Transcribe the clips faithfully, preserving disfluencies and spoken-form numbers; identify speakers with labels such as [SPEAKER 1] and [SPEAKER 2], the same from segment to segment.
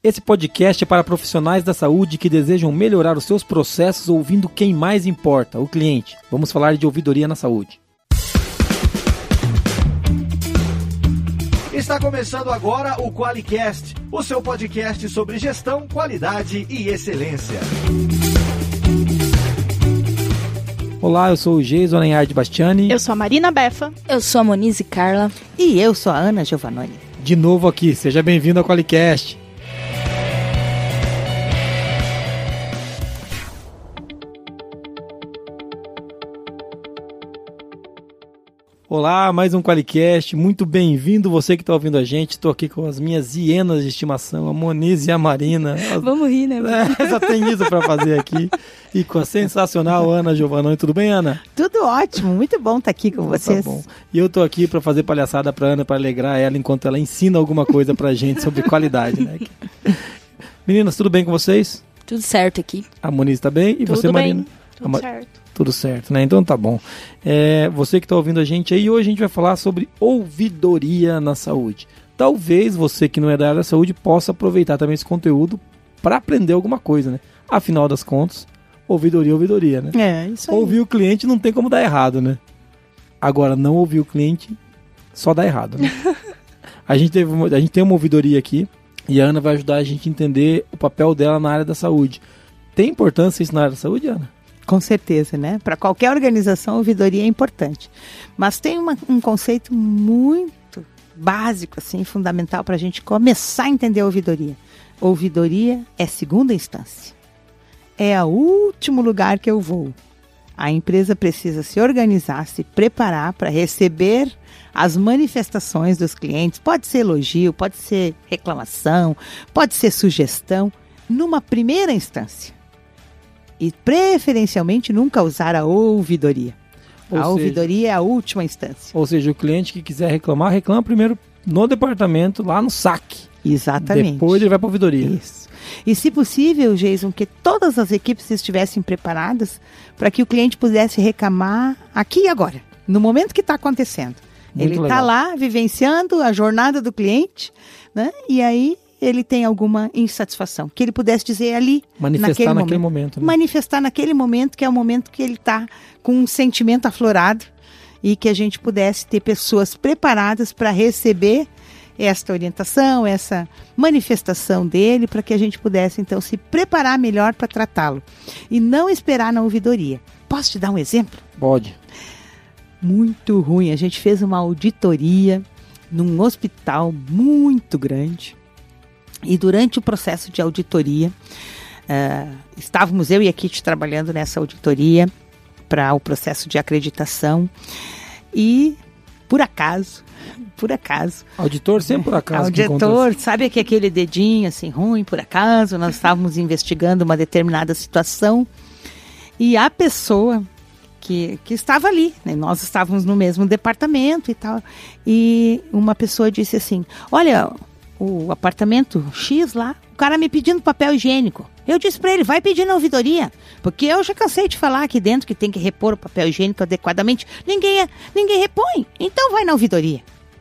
[SPEAKER 1] Esse podcast é para profissionais da saúde que desejam melhorar os seus processos ouvindo quem mais importa, o cliente. Vamos falar de ouvidoria na saúde.
[SPEAKER 2] Está começando agora o QualiCast, o seu podcast sobre gestão, qualidade e excelência.
[SPEAKER 1] Olá, eu sou o Geison Lenhard Bastiani.
[SPEAKER 3] Eu sou a Marina Befa.
[SPEAKER 4] Eu sou a Monize Carla.
[SPEAKER 5] E eu sou a Ana Giovannoni.
[SPEAKER 1] De novo aqui, seja bem-vindo ao QualiCast. Olá, mais um QualiCast, muito bem-vindo você que está ouvindo a gente. Estou aqui com as minhas hienas de estimação, a Monize e a Marina.
[SPEAKER 4] Vamos rir, né?
[SPEAKER 1] É, só tem isso para fazer aqui. E com a sensacional Ana Giovannoni. Tudo bem, Ana?
[SPEAKER 5] Tudo ótimo, muito bom estar aqui com vocês.
[SPEAKER 1] Tá bom. E eu estou aqui para fazer palhaçada para Ana, para alegrar ela enquanto ela ensina alguma coisa para a gente sobre qualidade, né? Meninas, tudo bem com vocês?
[SPEAKER 4] Tudo certo aqui.
[SPEAKER 1] A Monize está bem? E
[SPEAKER 3] tudo
[SPEAKER 1] você,
[SPEAKER 3] bem.
[SPEAKER 1] Marina?
[SPEAKER 3] Tudo
[SPEAKER 1] Ma-
[SPEAKER 3] certo.
[SPEAKER 1] Tudo certo, né? Então tá bom. É, você que está ouvindo a gente aí, hoje a gente vai falar sobre ouvidoria na saúde. Talvez você que não é da área da saúde possa aproveitar também esse conteúdo para aprender alguma coisa, né? Afinal das contas, ouvidoria é ouvidoria, né?
[SPEAKER 5] É, isso aí.
[SPEAKER 1] Ouvir o cliente não tem como dar errado, né? Agora, não ouvir o cliente só dá errado, né? a, gente teve uma, a gente tem uma ouvidoria aqui e a Ana vai ajudar a gente a entender o papel dela na área da saúde. Tem importância isso na área da saúde, Ana?
[SPEAKER 5] Com certeza, né? Para qualquer organização, a ouvidoria é importante. Mas tem uma, um conceito muito básico, assim, fundamental para a gente começar a entender a ouvidoria. Ouvidoria é segunda instância. É o último lugar que eu vou. A empresa precisa se organizar, se preparar para receber as manifestações dos clientes. Pode ser elogio, pode ser reclamação, pode ser sugestão, numa primeira instância. E preferencialmente nunca usar a ouvidoria.
[SPEAKER 1] Ou
[SPEAKER 5] a
[SPEAKER 1] seja,
[SPEAKER 5] ouvidoria é a última instância.
[SPEAKER 1] Ou seja, o cliente que quiser reclamar, reclama primeiro no departamento, lá no S A C.
[SPEAKER 5] Exatamente.
[SPEAKER 1] Depois ele vai para a ouvidoria.
[SPEAKER 5] Isso. E se possível, Geison, que todas as equipes estivessem preparadas para que o cliente pudesse reclamar aqui e agora, no momento que está acontecendo.
[SPEAKER 1] Muito
[SPEAKER 5] Ele está
[SPEAKER 1] legal.
[SPEAKER 5] lá vivenciando a jornada do cliente, né? E aí ele tem alguma insatisfação, que ele pudesse dizer ali,
[SPEAKER 1] Manifestar
[SPEAKER 5] naquele,
[SPEAKER 1] naquele
[SPEAKER 5] momento.
[SPEAKER 1] momento, né?
[SPEAKER 5] Manifestar naquele momento, que é o momento que ele está com um sentimento aflorado e que a gente pudesse ter pessoas preparadas para receber esta orientação, essa manifestação dele, para que a gente pudesse, então, se preparar melhor para tratá-lo e não esperar na ouvidoria. Posso te dar um exemplo?
[SPEAKER 1] Pode.
[SPEAKER 5] Muito ruim. A gente fez uma auditoria num hospital muito grande. E durante o processo de auditoria, uh, estávamos eu e a Kit trabalhando nessa auditoria para o processo de acreditação e, por acaso, por acaso...
[SPEAKER 1] Auditor sempre por acaso.
[SPEAKER 5] Auditor, sabe que aquele dedinho assim ruim, por acaso, nós estávamos investigando uma determinada situação e a pessoa que, que estava ali, né, nós estávamos no mesmo departamento e tal, e uma pessoa disse assim, olha... o apartamento X lá, o cara me pedindo papel higiênico. Eu disse para ele, vai pedir na ouvidoria, porque eu já cansei de falar aqui dentro que tem que repor o papel higiênico adequadamente. Ninguém, ninguém repõe, então vai na ouvidoria.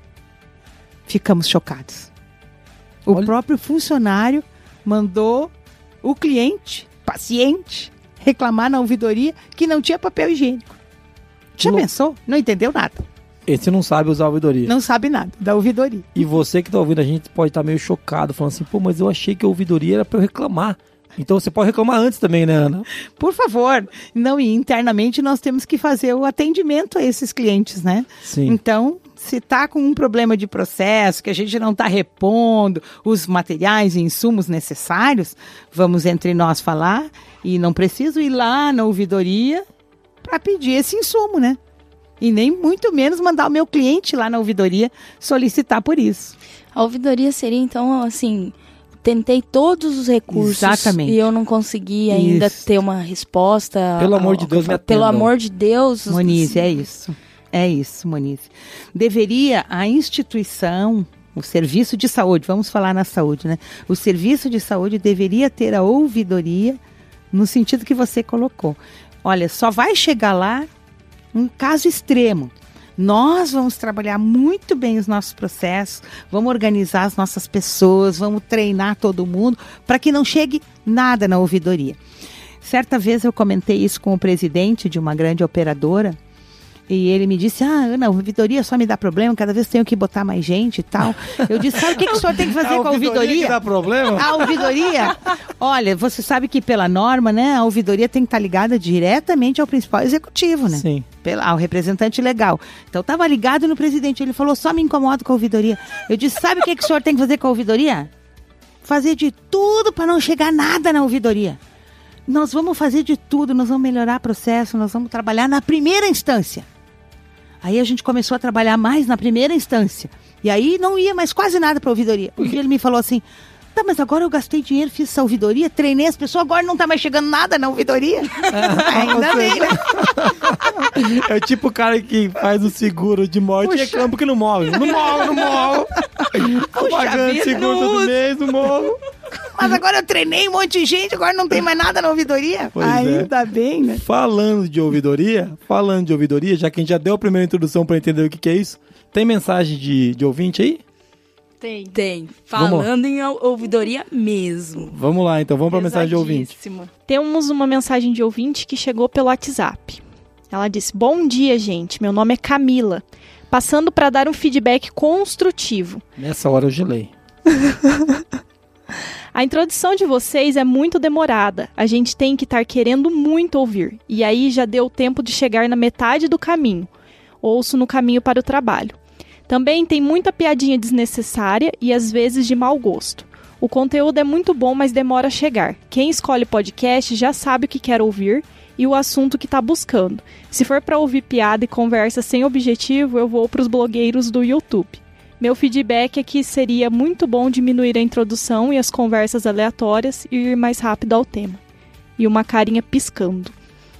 [SPEAKER 5] Ficamos chocados. O
[SPEAKER 1] Olha.
[SPEAKER 5] próprio funcionário mandou o cliente, paciente, reclamar na ouvidoria que não tinha papel higiênico. Já
[SPEAKER 1] Não.
[SPEAKER 5] pensou? Não entendeu nada.
[SPEAKER 1] Esse não sabe usar a ouvidoria.
[SPEAKER 5] Não sabe nada da ouvidoria.
[SPEAKER 1] E você que está ouvindo a gente pode estar meio chocado, falando assim, pô, mas eu achei que a ouvidoria era para eu reclamar. Então você pode reclamar antes também, né, Ana?
[SPEAKER 5] Por favor. Não, e internamente nós temos que fazer o atendimento a esses clientes, né?
[SPEAKER 1] Sim.
[SPEAKER 5] Então, se está com um problema de processo, que a gente não está repondo os materiais e insumos necessários, vamos entre nós falar e não preciso ir lá na ouvidoria para pedir esse insumo, né? E nem muito menos mandar o meu cliente lá na ouvidoria solicitar por isso.
[SPEAKER 4] A ouvidoria seria, então, assim, tentei todos os recursos.
[SPEAKER 5] Exatamente.
[SPEAKER 4] E eu não consegui ainda
[SPEAKER 5] Isso.
[SPEAKER 4] ter uma resposta.
[SPEAKER 1] Pelo amor
[SPEAKER 4] ao-
[SPEAKER 1] de Deus, me
[SPEAKER 4] Pelo
[SPEAKER 1] atendam.
[SPEAKER 4] amor de Deus.
[SPEAKER 5] Monize, é isso. É isso, Monize. Deveria a instituição, o serviço de saúde, vamos falar na saúde, né? O serviço de saúde deveria ter a ouvidoria no sentido que você colocou. Olha, só vai chegar lá um caso extremo. Nós vamos trabalhar muito bem os nossos processos, vamos organizar as nossas pessoas, vamos treinar todo mundo para que não chegue nada na ouvidoria. Certa vez eu comentei isso com o presidente de uma grande operadora e ele me disse, ah, Ana, a ouvidoria só me dá problema, cada vez tenho que botar mais gente e tal. Eu disse, sabe o que, que o senhor tem que fazer
[SPEAKER 1] a
[SPEAKER 5] com a ouvidoria?
[SPEAKER 1] Que dá problema?
[SPEAKER 5] A ouvidoria? Olha, você sabe que pela norma, né, a ouvidoria tem que estar ligada diretamente ao principal executivo, né?
[SPEAKER 1] Sim.
[SPEAKER 5] Pela, ao representante legal. Então, estava ligado no presidente, ele falou, só me incomodo com a ouvidoria. Eu disse, sabe o que, que o senhor tem que fazer com a ouvidoria? Fazer de tudo para não chegar nada na ouvidoria. Nós vamos fazer de tudo, nós vamos melhorar o processo, nós vamos trabalhar na primeira instância. Aí a gente começou a trabalhar mais na primeira instância. E aí não ia mais quase nada para a ouvidoria. Um dia ele me falou assim, tá, mas agora eu gastei dinheiro, fiz essa ouvidoria, treinei as pessoas, agora não tá mais chegando nada na ouvidoria. Ainda bem, né?
[SPEAKER 1] É o tipo o cara que faz o seguro de morte Puxa. e reclama que não morre. Não morre, não morre. Tô pagando vida, seguro todo mês, não morro.
[SPEAKER 5] Mas agora eu treinei um monte de gente, agora não tem mais nada na ouvidoria.
[SPEAKER 1] Pois
[SPEAKER 5] Ainda
[SPEAKER 1] é.
[SPEAKER 5] bem, né?
[SPEAKER 1] Falando de ouvidoria, falando de ouvidoria, já que a gente já deu a primeira introdução para entender o que, que é isso, tem mensagem de, de ouvinte aí?
[SPEAKER 4] Tem. Tem. Falando em ouvidoria mesmo.
[SPEAKER 1] Vamos lá, então. Vamos para a mensagem de ouvinte.
[SPEAKER 3] Temos uma mensagem de ouvinte que chegou pelo WhatsApp. Ela disse, bom dia, gente. Meu nome é Camila. Passando para dar um feedback construtivo.
[SPEAKER 1] Nessa hora eu gelei.
[SPEAKER 3] A introdução de vocês é muito demorada. A gente tem que estar querendo muito ouvir. E aí já deu tempo de chegar na metade do caminho. Ouço no caminho para o trabalho. Também tem muita piadinha desnecessária e às vezes de mau gosto. O conteúdo é muito bom, mas demora a chegar. Quem escolhe podcast já sabe o que quer ouvir e o assunto que está buscando. Se for para ouvir piada e conversa sem objetivo, eu vou para os blogueiros do YouTube. Meu feedback é que seria muito bom diminuir a introdução e as conversas aleatórias e ir mais rápido ao tema. E uma carinha piscando.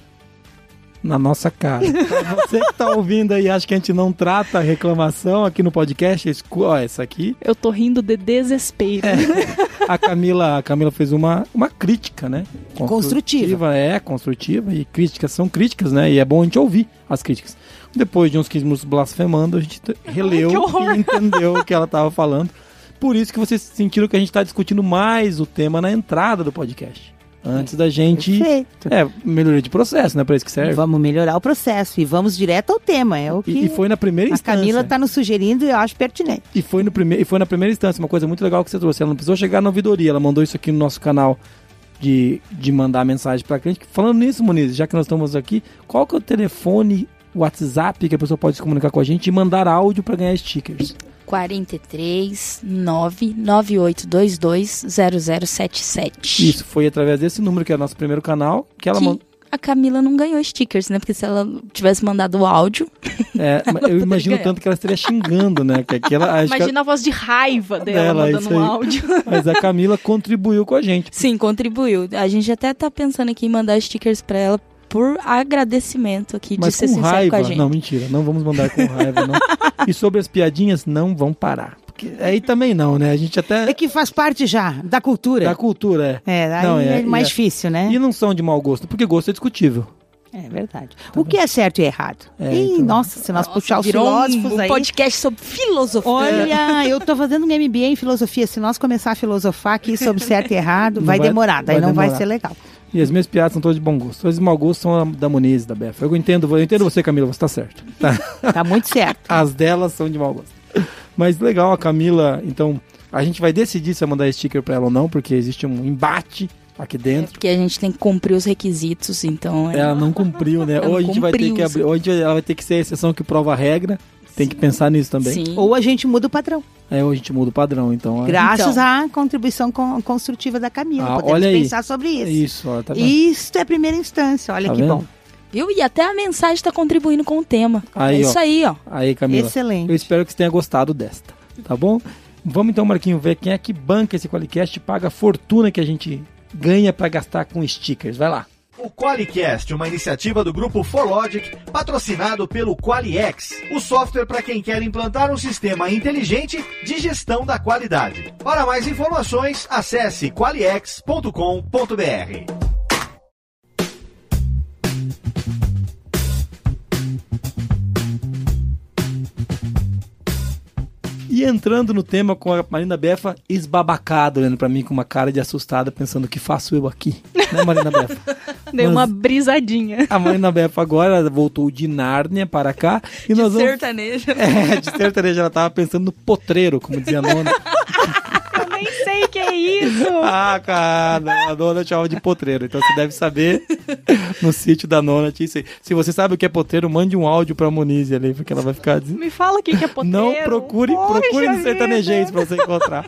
[SPEAKER 1] Na nossa cara. Pra você que tá ouvindo aí, acha que a gente não trata a reclamação aqui no podcast, escu... ó, essa aqui...
[SPEAKER 3] Eu tô rindo de desespero.
[SPEAKER 1] É. A Camila, a Camila fez uma, uma crítica, né?
[SPEAKER 5] Construtiva. construtiva.
[SPEAKER 1] É, construtiva. E críticas são críticas, né? E é bom a gente ouvir as críticas. Depois de uns quinze minutos blasfemando, a gente releu e entendeu o que ela tava falando. Por isso que vocês sentiram que a gente tá discutindo mais o tema na entrada do podcast. Antes da gente...
[SPEAKER 5] Perfeito.
[SPEAKER 1] É, melhoria de processo, né? Pra isso que serve.
[SPEAKER 5] Vamos melhorar o processo e vamos direto ao tema. É o que
[SPEAKER 1] e, e foi na primeira instância.
[SPEAKER 5] A Camila tá nos sugerindo e eu acho pertinente.
[SPEAKER 1] E foi, no prime... e foi na primeira instância, uma coisa muito legal que você trouxe. Ela não precisou chegar na ouvidoria, ela mandou isso aqui no nosso canal de, de mandar mensagem pra cliente. Falando nisso, Moniz, já que nós estamos aqui, qual que é o telefone, o WhatsApp que a pessoa pode se comunicar com a gente e mandar áudio pra ganhar stickers?
[SPEAKER 4] quarenta e três, nove nove oito dois dois, zero zero sete sete.
[SPEAKER 1] Isso, foi através desse número que é o nosso primeiro canal que ela mandou.
[SPEAKER 4] A Camila não ganhou stickers, né? Porque se ela tivesse mandado o áudio...
[SPEAKER 1] É, eu imagino tanto que ela estaria xingando, né? Que aquela,
[SPEAKER 3] Imagina
[SPEAKER 1] que...
[SPEAKER 3] a voz de raiva dela, dela mandando um áudio.
[SPEAKER 1] Mas a Camila contribuiu com a gente.
[SPEAKER 4] Sim, contribuiu. A gente até tá pensando aqui em mandar stickers pra ela por agradecimento aqui,
[SPEAKER 1] mas
[SPEAKER 4] de ser
[SPEAKER 1] com
[SPEAKER 4] sincero
[SPEAKER 1] raiva,
[SPEAKER 4] com a gente.
[SPEAKER 1] Não, mentira, não vamos mandar com raiva, não. E sobre as piadinhas, não vão parar. Porque aí também não, né? A gente até...
[SPEAKER 5] É que faz parte já da cultura.
[SPEAKER 1] Da cultura, é.
[SPEAKER 5] É, aí
[SPEAKER 1] não,
[SPEAKER 5] é,
[SPEAKER 1] é
[SPEAKER 5] mais
[SPEAKER 1] é.
[SPEAKER 5] difícil, né?
[SPEAKER 1] E não são de mau gosto, porque gosto é discutível.
[SPEAKER 5] É verdade. Tá o bem. Que é certo e errado?
[SPEAKER 1] É,
[SPEAKER 5] Ih,
[SPEAKER 1] então...
[SPEAKER 5] Nossa, se nós
[SPEAKER 4] Nossa,
[SPEAKER 5] puxar os
[SPEAKER 4] virou
[SPEAKER 5] filósofos
[SPEAKER 4] um,
[SPEAKER 5] aí...
[SPEAKER 4] um podcast sobre filosofia.
[SPEAKER 5] Olha, eu tô fazendo um M B A em filosofia. Se nós começar a filosofar aqui sobre certo e errado, vai, vai demorar. Daí vai não demorar. Vai ser legal.
[SPEAKER 1] E as minhas piadas são todas de bom gosto. As de mau gosto são da Moniz, da Befa. Eu entendo, eu entendo você, Camila, você tá certo. Tá,
[SPEAKER 5] tá muito certo.
[SPEAKER 1] As delas são de mau gosto. Mas legal, a Camila, então, a gente vai decidir se vai mandar sticker pra ela ou não, porque existe um embate aqui dentro. É
[SPEAKER 4] porque a gente tem que cumprir os requisitos, então... É...
[SPEAKER 1] Ela não cumpriu, né? Ou a gente vai ter que abrir, ou a gente, ela vai ter que ser a exceção que prova a regra. Tem que pensar nisso também.
[SPEAKER 5] Sim. Ou a gente muda o padrão.
[SPEAKER 1] É, ou a gente muda o padrão, então...
[SPEAKER 5] Graças
[SPEAKER 1] então.
[SPEAKER 5] à contribuição con- construtiva da Camila.
[SPEAKER 1] Ah,
[SPEAKER 5] podemos
[SPEAKER 1] olha aí.
[SPEAKER 5] pensar sobre isso.
[SPEAKER 1] Isso, ó, tá vendo?
[SPEAKER 5] Isso é a primeira instância, olha
[SPEAKER 1] tá
[SPEAKER 5] que
[SPEAKER 1] vendo?
[SPEAKER 5] bom.
[SPEAKER 4] Viu? E até a mensagem está contribuindo com o tema.
[SPEAKER 1] Aí,
[SPEAKER 4] é isso
[SPEAKER 1] ó.
[SPEAKER 4] aí, ó.
[SPEAKER 1] Aí, Camila.
[SPEAKER 5] Excelente.
[SPEAKER 1] Eu espero que você tenha gostado desta, tá bom? Vamos então, Marquinho, ver quem é que banca esse Qualicast e paga a fortuna que a gente ganha para gastar com stickers. Vai lá.
[SPEAKER 2] O Qualicast, uma iniciativa do grupo ForLogic, patrocinado pelo Qualiex, o software para quem quer implantar um sistema inteligente de gestão da qualidade. Para mais informações, acesse qualiex ponto com ponto b r.
[SPEAKER 1] entrando no tema com a Marina Befa esbabacada, olhando pra mim com uma cara de assustada, pensando, o que faço eu aqui? Né, Marina Befa?
[SPEAKER 3] Dei
[SPEAKER 1] Mas
[SPEAKER 3] uma brisadinha.
[SPEAKER 1] a Marina Befa agora voltou de Nárnia para cá. E
[SPEAKER 4] De
[SPEAKER 1] nós vamos...
[SPEAKER 4] sertaneja.
[SPEAKER 1] É, de sertaneja, ela tava pensando no potreiro, como dizia a nona.
[SPEAKER 3] Eu nem sei o que é isso.
[SPEAKER 1] Ah, cara, a nona chamava de potreiro. Então você deve saber, no sítio da nona tinha isso aí. Se você sabe o que é potreiro, mande um áudio pra Monize ali, porque ela vai ficar dizendo.
[SPEAKER 3] Me fala o que que é potreiro.
[SPEAKER 1] Não procure,
[SPEAKER 3] Poxa
[SPEAKER 1] procure no
[SPEAKER 3] vida.
[SPEAKER 1] sertanejês pra você encontrar.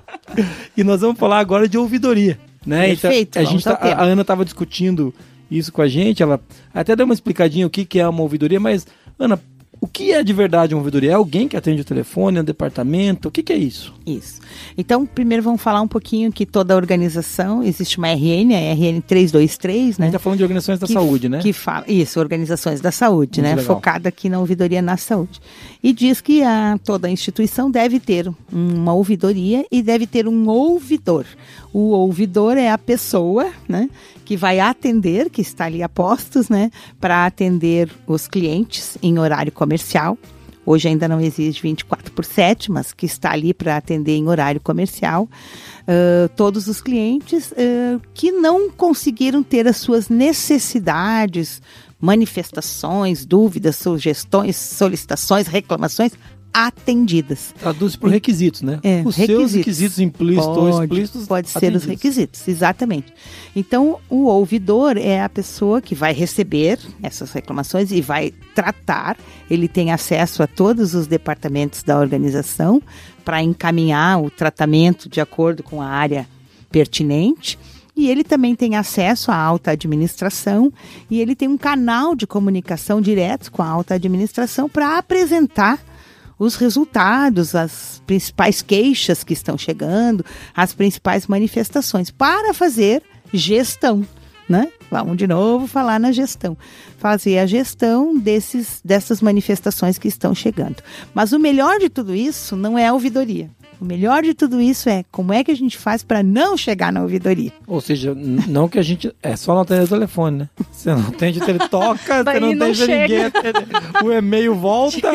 [SPEAKER 1] E nós vamos falar agora de ouvidoria, né?
[SPEAKER 5] Perfeito,
[SPEAKER 1] Então, a,
[SPEAKER 5] vamos
[SPEAKER 1] gente
[SPEAKER 5] ao
[SPEAKER 1] tá, a,
[SPEAKER 5] tema.
[SPEAKER 1] a Ana estava discutindo isso com a gente, ela até deu uma explicadinha o que, que é uma ouvidoria, mas, Ana, o que é de verdade uma ouvidoria? É alguém que atende o telefone, é um departamento? O que, que é isso?
[SPEAKER 5] Isso. Então, primeiro vamos falar um pouquinho que toda organização, existe uma R N, a R N trezentos e vinte e três,
[SPEAKER 1] A
[SPEAKER 5] né?
[SPEAKER 1] gente tá falando de organizações da
[SPEAKER 5] que,
[SPEAKER 1] saúde, né?
[SPEAKER 5] Que fala, isso, organizações da saúde,
[SPEAKER 1] Muito
[SPEAKER 5] né?
[SPEAKER 1] legal.
[SPEAKER 5] Focada aqui na ouvidoria na saúde. E diz que a, toda instituição deve ter uma ouvidoria e deve ter um ouvidor. O ouvidor é a pessoa, né? Que vai atender, que está ali a postos, né? Para atender os clientes em horário comercial. Hoje ainda não existe vinte e quatro por sete, mas que está ali para atender em horário comercial. Uh, todos os clientes uh, que não conseguiram ter as suas necessidades, manifestações, dúvidas, sugestões, solicitações, reclamações atendidas.
[SPEAKER 1] Traduz por requisitos, né?
[SPEAKER 5] É,
[SPEAKER 1] os seus
[SPEAKER 5] requisitos.
[SPEAKER 1] requisitos implícitos ou
[SPEAKER 5] Pode,
[SPEAKER 1] explícitos
[SPEAKER 5] Pode ser
[SPEAKER 1] atendidos.
[SPEAKER 5] os requisitos, exatamente. Então, o ouvidor é a pessoa que vai receber essas reclamações e vai tratar. Ele tem acesso a todos os departamentos da organização para encaminhar o tratamento de acordo com a área pertinente. E ele também tem acesso à alta administração e ele tem um canal de comunicação direto com a alta administração para apresentar os resultados, as principais queixas que estão chegando, as principais manifestações, para fazer gestão, né? Vamos de novo falar na gestão. Fazer a gestão desses, dessas manifestações que estão chegando. Mas o melhor de tudo isso não é a ouvidoria. O melhor de tudo isso é como é que a gente faz para não chegar na ouvidoria.
[SPEAKER 1] Ou seja, n- não que a gente... É só não atender o telefone, né? Você não atende, ele toca, você
[SPEAKER 3] Daí
[SPEAKER 1] não
[SPEAKER 3] não
[SPEAKER 1] atende
[SPEAKER 3] chega.
[SPEAKER 1] ninguém. atende- O e-mail volta.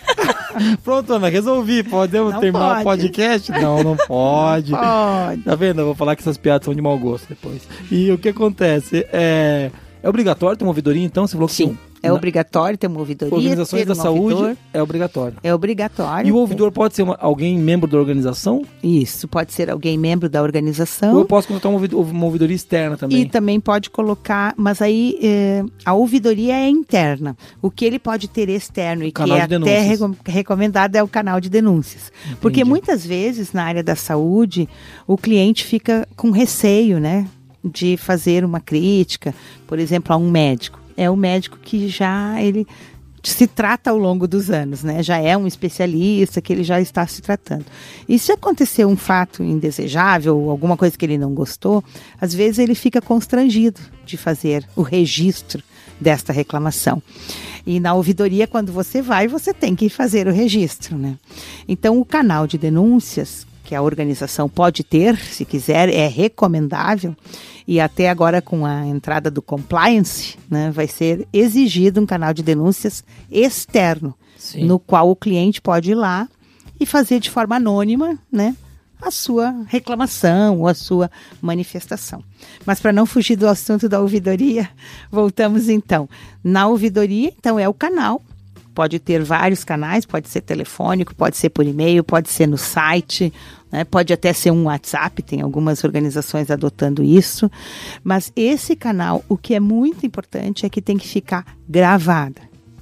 [SPEAKER 1] Pronto, Ana, resolvi. Podemos
[SPEAKER 5] Não
[SPEAKER 1] terminar
[SPEAKER 5] pode.
[SPEAKER 1] o podcast? Não, não pode.
[SPEAKER 5] Pode.
[SPEAKER 1] Tá vendo? Eu vou falar que essas piadas são de mau gosto depois. E o que acontece? É, é obrigatório ter uma ouvidoria, então? Você falou que
[SPEAKER 5] Sim, é
[SPEAKER 1] na-
[SPEAKER 5] obrigatório ter uma ouvidoria.
[SPEAKER 1] Organizações
[SPEAKER 5] ter
[SPEAKER 1] da
[SPEAKER 5] um
[SPEAKER 1] saúde
[SPEAKER 5] ouvidor.
[SPEAKER 1] é obrigatório.
[SPEAKER 5] É obrigatório.
[SPEAKER 1] E o ouvidor pode ser uma- alguém membro da organização?
[SPEAKER 5] Isso, pode ser alguém membro da
[SPEAKER 1] Ou eu
[SPEAKER 5] organização.
[SPEAKER 1] posso contratar uma ouvido- uma ouvidoria externa também?
[SPEAKER 5] E também pode colocar, mas aí eh, a ouvidoria é interna. O que ele pode ter externo e que
[SPEAKER 1] Canal
[SPEAKER 5] é
[SPEAKER 1] de
[SPEAKER 5] até
[SPEAKER 1] denúncias.
[SPEAKER 5] recom- recomendado é o canal de denúncias. Porque muitas vezes na área da saúde o cliente fica com receio, né, de fazer uma crítica, por exemplo, a um médico. É o médico que já ele se trata ao longo dos anos, né? Já é um especialista que ele já está se tratando. E se acontecer um fato indesejável, ou alguma coisa que ele não gostou, às vezes ele fica constrangido de fazer o registro desta reclamação. E na ouvidoria, quando você vai, você tem que fazer o registro, né? Então, o canal de denúncias, que a organização pode ter, se quiser, é recomendável. E até agora, com a entrada do compliance, né, vai ser exigido um canal de denúncias externo,
[SPEAKER 1] Sim.
[SPEAKER 5] no qual o cliente pode ir lá e fazer de forma anônima, né, a sua reclamação ou a sua manifestação. Mas para não fugir do assunto da ouvidoria, voltamos então. Na ouvidoria, então, é o canal. Pode ter vários canais, pode ser telefônico, pode ser por e-mail, pode ser no site, né? Pode até ser um WhatsApp, tem algumas organizações adotando isso. Mas esse canal, o que é muito importante é que tem que ficar gravada.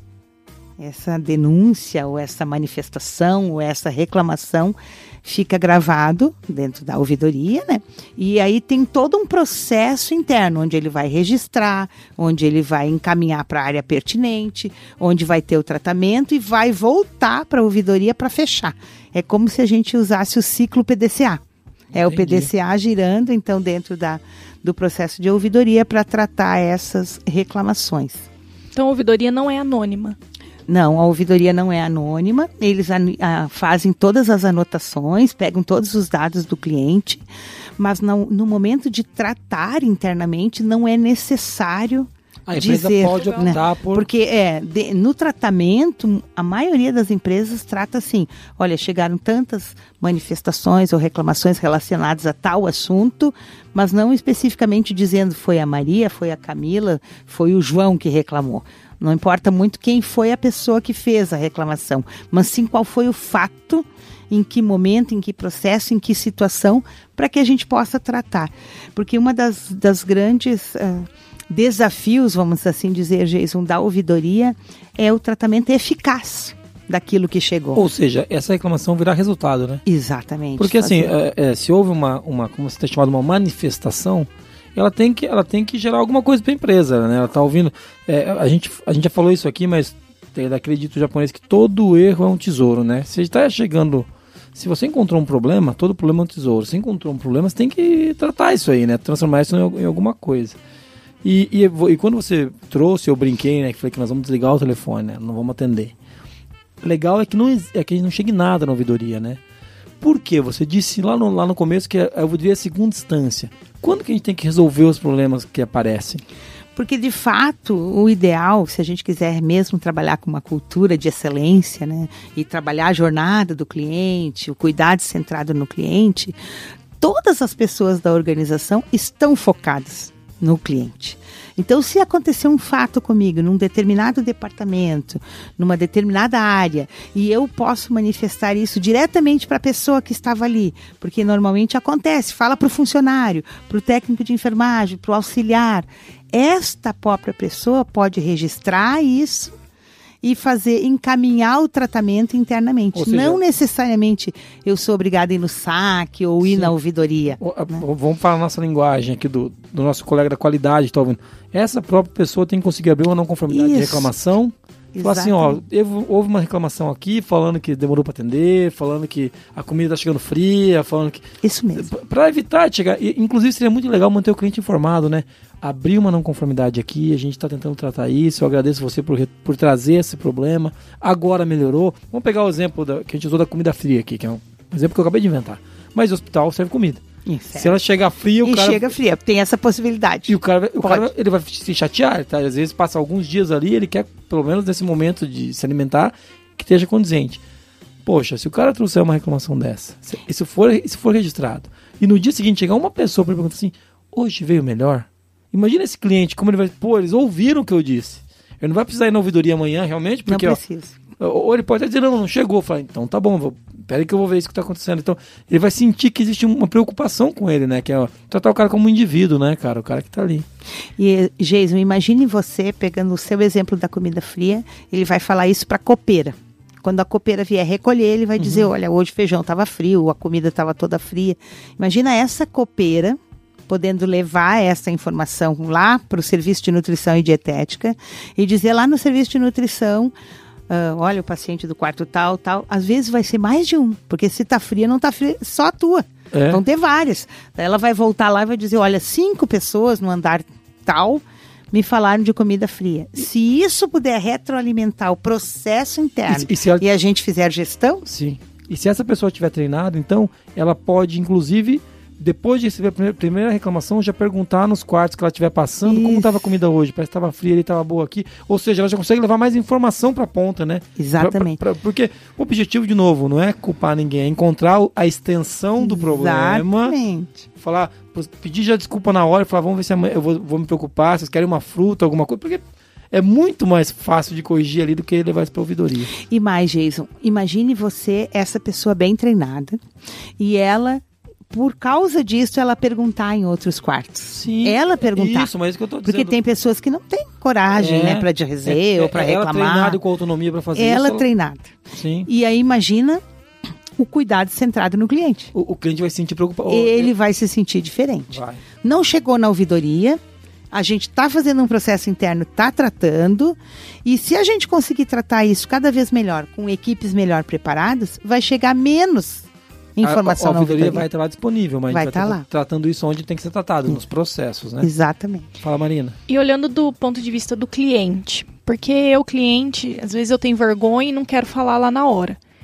[SPEAKER 5] Essa denúncia, ou essa manifestação, ou essa reclamação fica gravado dentro da ouvidoria, né? E aí tem todo um processo interno, onde ele vai registrar, onde ele vai encaminhar para a área pertinente, onde vai ter o tratamento e vai voltar para a ouvidoria para fechar. É como se a gente usasse o ciclo P D C A. É o P D C A girando, então, dentro da, do processo de ouvidoria para tratar essas reclamações.
[SPEAKER 3] Então a ouvidoria não é anônima.
[SPEAKER 5] Não, a ouvidoria não é anônima, eles an- a, fazem todas as anotações, pegam todos os dados do cliente, mas não, no momento de tratar internamente não é necessário
[SPEAKER 1] A empresa
[SPEAKER 5] dizer,
[SPEAKER 1] pode optar
[SPEAKER 5] né?
[SPEAKER 1] por...
[SPEAKER 5] Porque é, de, no tratamento, a maioria das empresas trata assim, olha, chegaram tantas manifestações ou reclamações relacionadas a tal assunto, mas não especificamente dizendo foi a Maria, foi a Camila, foi o João que reclamou. Não importa muito quem foi a pessoa que fez a reclamação, mas sim qual foi o fato, em que momento, em que processo, em que situação, para que a gente possa tratar. Porque uma das, das grandes uh, desafios, vamos assim dizer, Jason, da ouvidoria é o tratamento eficaz daquilo que chegou.
[SPEAKER 1] Ou seja, essa reclamação virá resultado, né?
[SPEAKER 5] Exatamente.
[SPEAKER 1] Porque assim, é, é, se houve uma, uma, como você tem chamado, uma manifestação, ela tem que, ela tem que gerar alguma coisa para a empresa, né? Ela está ouvindo... É, a, gente, a gente já falou isso aqui, mas tem daquele dito japonês que todo erro é um tesouro, né? Se está chegando... Se você encontrou um problema, todo problema é um tesouro. Se encontrou um problema, você tem que tratar isso aí, né? Transformar isso em, em alguma coisa. E, e, e quando você trouxe, eu brinquei, né? Que falei que nós vamos desligar o telefone, né? Não vamos atender. Legal é que não, é que não chegue nada na ouvidoria, né? Por quê? Você disse lá no, lá no começo que a ouvidoria é a segunda instância. Quando que a gente tem que resolver os problemas que aparecem?
[SPEAKER 5] Porque, de fato, o ideal, se a gente quiser mesmo trabalhar com uma cultura de excelência, né, e trabalhar a jornada do cliente, o cuidado centrado no cliente, todas as pessoas da organização estão focadas no cliente. Então, se acontecer um fato comigo num determinado departamento, numa determinada área, e eu posso manifestar isso diretamente para a pessoa que estava ali, porque normalmente acontece, fala para o funcionário, para o técnico de enfermagem, para o auxiliar, esta própria pessoa pode registrar isso e fazer, encaminhar o tratamento internamente. Seja, não necessariamente eu sou obrigada a ir no saque ou ir sim. na ouvidoria. O,
[SPEAKER 1] né? Vamos falar a nossa linguagem aqui do, do nosso colega da qualidade, tá ouvindo? Essa própria pessoa tem que conseguir abrir uma não conformidade Isso. de reclamação. Falar assim, ó, houve uma reclamação aqui falando que demorou para atender, falando que a comida tá chegando fria, falando que...
[SPEAKER 5] Isso mesmo.
[SPEAKER 1] Para evitar de chegar... Inclusive seria muito legal manter o cliente informado, né? Abrir uma não conformidade aqui, a gente está tentando tratar isso, eu agradeço você por, por trazer esse problema, agora melhorou. Vamos pegar o exemplo da, que a gente usou da comida fria aqui, que é um exemplo que eu acabei de inventar. Mas o hospital serve comida.
[SPEAKER 5] Isso,
[SPEAKER 1] se ela chegar fria, o
[SPEAKER 5] e
[SPEAKER 1] cara...
[SPEAKER 5] chega fria, tem essa possibilidade.
[SPEAKER 1] E o cara, o cara ele vai se chatear, tá? Às vezes passa alguns dias ali, ele quer, pelo menos nesse momento de se alimentar, que esteja condizente. Poxa, se o cara trouxer uma reclamação dessa, se isso for, se for registrado, e no dia seguinte chegar uma pessoa para perguntar assim, hoje veio melhor? Imagina esse cliente, como ele vai... Pô, eles ouviram o que eu disse. Ele não vai precisar ir na ouvidoria amanhã, realmente, porque...
[SPEAKER 5] Não precisa.
[SPEAKER 1] Ó, ou ele pode até dizer, não, não chegou. Fala, então tá bom, vou... Peraí que eu vou ver isso que está acontecendo. Então, ele vai sentir que existe uma preocupação com ele, né? Que é ó, tratar o cara como um indivíduo, né, cara? O cara que tá ali.
[SPEAKER 5] E, Jason, imagine você pegando o seu exemplo da comida fria, ele vai falar isso para a copeira. Quando a copeira vier recolher, ele vai uhum. dizer, olha, hoje o feijão estava frio, a comida estava toda fria. Imagina essa copeira podendo levar essa informação lá para o serviço de nutrição e dietética e dizer lá no serviço de nutrição... Uh, olha, o paciente do quarto tal, tal, às vezes vai ser mais de um, porque se tá fria, não tá fria, só a tua. É. Vão ter várias. Daí ela vai voltar lá e vai dizer, olha, cinco pessoas no andar tal me falaram de comida fria. Se isso puder retroalimentar o processo interno e, e, ela... e a gente fizer gestão...
[SPEAKER 1] Sim. E se essa pessoa tiver treinado, então, ela pode, inclusive... Depois de receber a primeira reclamação, já perguntar nos quartos que ela estiver passando Isso. como estava a comida hoje. Parece que estava fria, ele estava boa aqui. Ou seja, ela já consegue levar mais informação para a ponta, né?
[SPEAKER 5] Exatamente.
[SPEAKER 1] Pra, pra, pra, porque o objetivo, de novo, não é culpar ninguém, é encontrar a extensão do
[SPEAKER 5] Exatamente.
[SPEAKER 1] problema. Falar, pedir já desculpa na hora e falar, vamos ver se amanhã eu vou, vou me preocupar, vocês querem uma fruta, alguma coisa. Porque é muito mais fácil de corrigir ali do que levar isso para a ouvidoria.
[SPEAKER 5] E mais, Jason, imagine você, essa pessoa bem treinada, e ela... Por causa disso, ela perguntar em outros quartos.
[SPEAKER 1] Sim.
[SPEAKER 5] Ela perguntar.
[SPEAKER 1] Isso, mas é isso que eu tô dizendo.
[SPEAKER 5] Porque tem pessoas que não têm coragem, é, né, para dizer é, ou para é, reclamar.
[SPEAKER 1] Ela treinada com autonomia para fazer
[SPEAKER 5] ela
[SPEAKER 1] isso.
[SPEAKER 5] Ela treinada.
[SPEAKER 1] Sim.
[SPEAKER 5] E aí imagina o cuidado centrado no cliente.
[SPEAKER 1] O, o cliente vai se sentir preocupado.
[SPEAKER 5] Ele vai se sentir diferente.
[SPEAKER 1] Vai.
[SPEAKER 5] Não chegou na ouvidoria, a gente está fazendo um processo interno, está tratando, e se a gente conseguir tratar isso cada vez melhor, com equipes melhor preparadas, vai chegar menos informação.
[SPEAKER 1] A, a, a ouvidoria vai estar lá disponível, mas
[SPEAKER 5] vai
[SPEAKER 1] a gente vai
[SPEAKER 5] estar
[SPEAKER 1] estar
[SPEAKER 5] lá.
[SPEAKER 1] Tratando isso onde tem que ser tratado, nos processos, né?
[SPEAKER 5] Exatamente.
[SPEAKER 1] Fala, Marina.
[SPEAKER 3] E olhando do ponto de vista do cliente, porque eu, cliente, às vezes eu tenho vergonha e não quero falar lá na hora.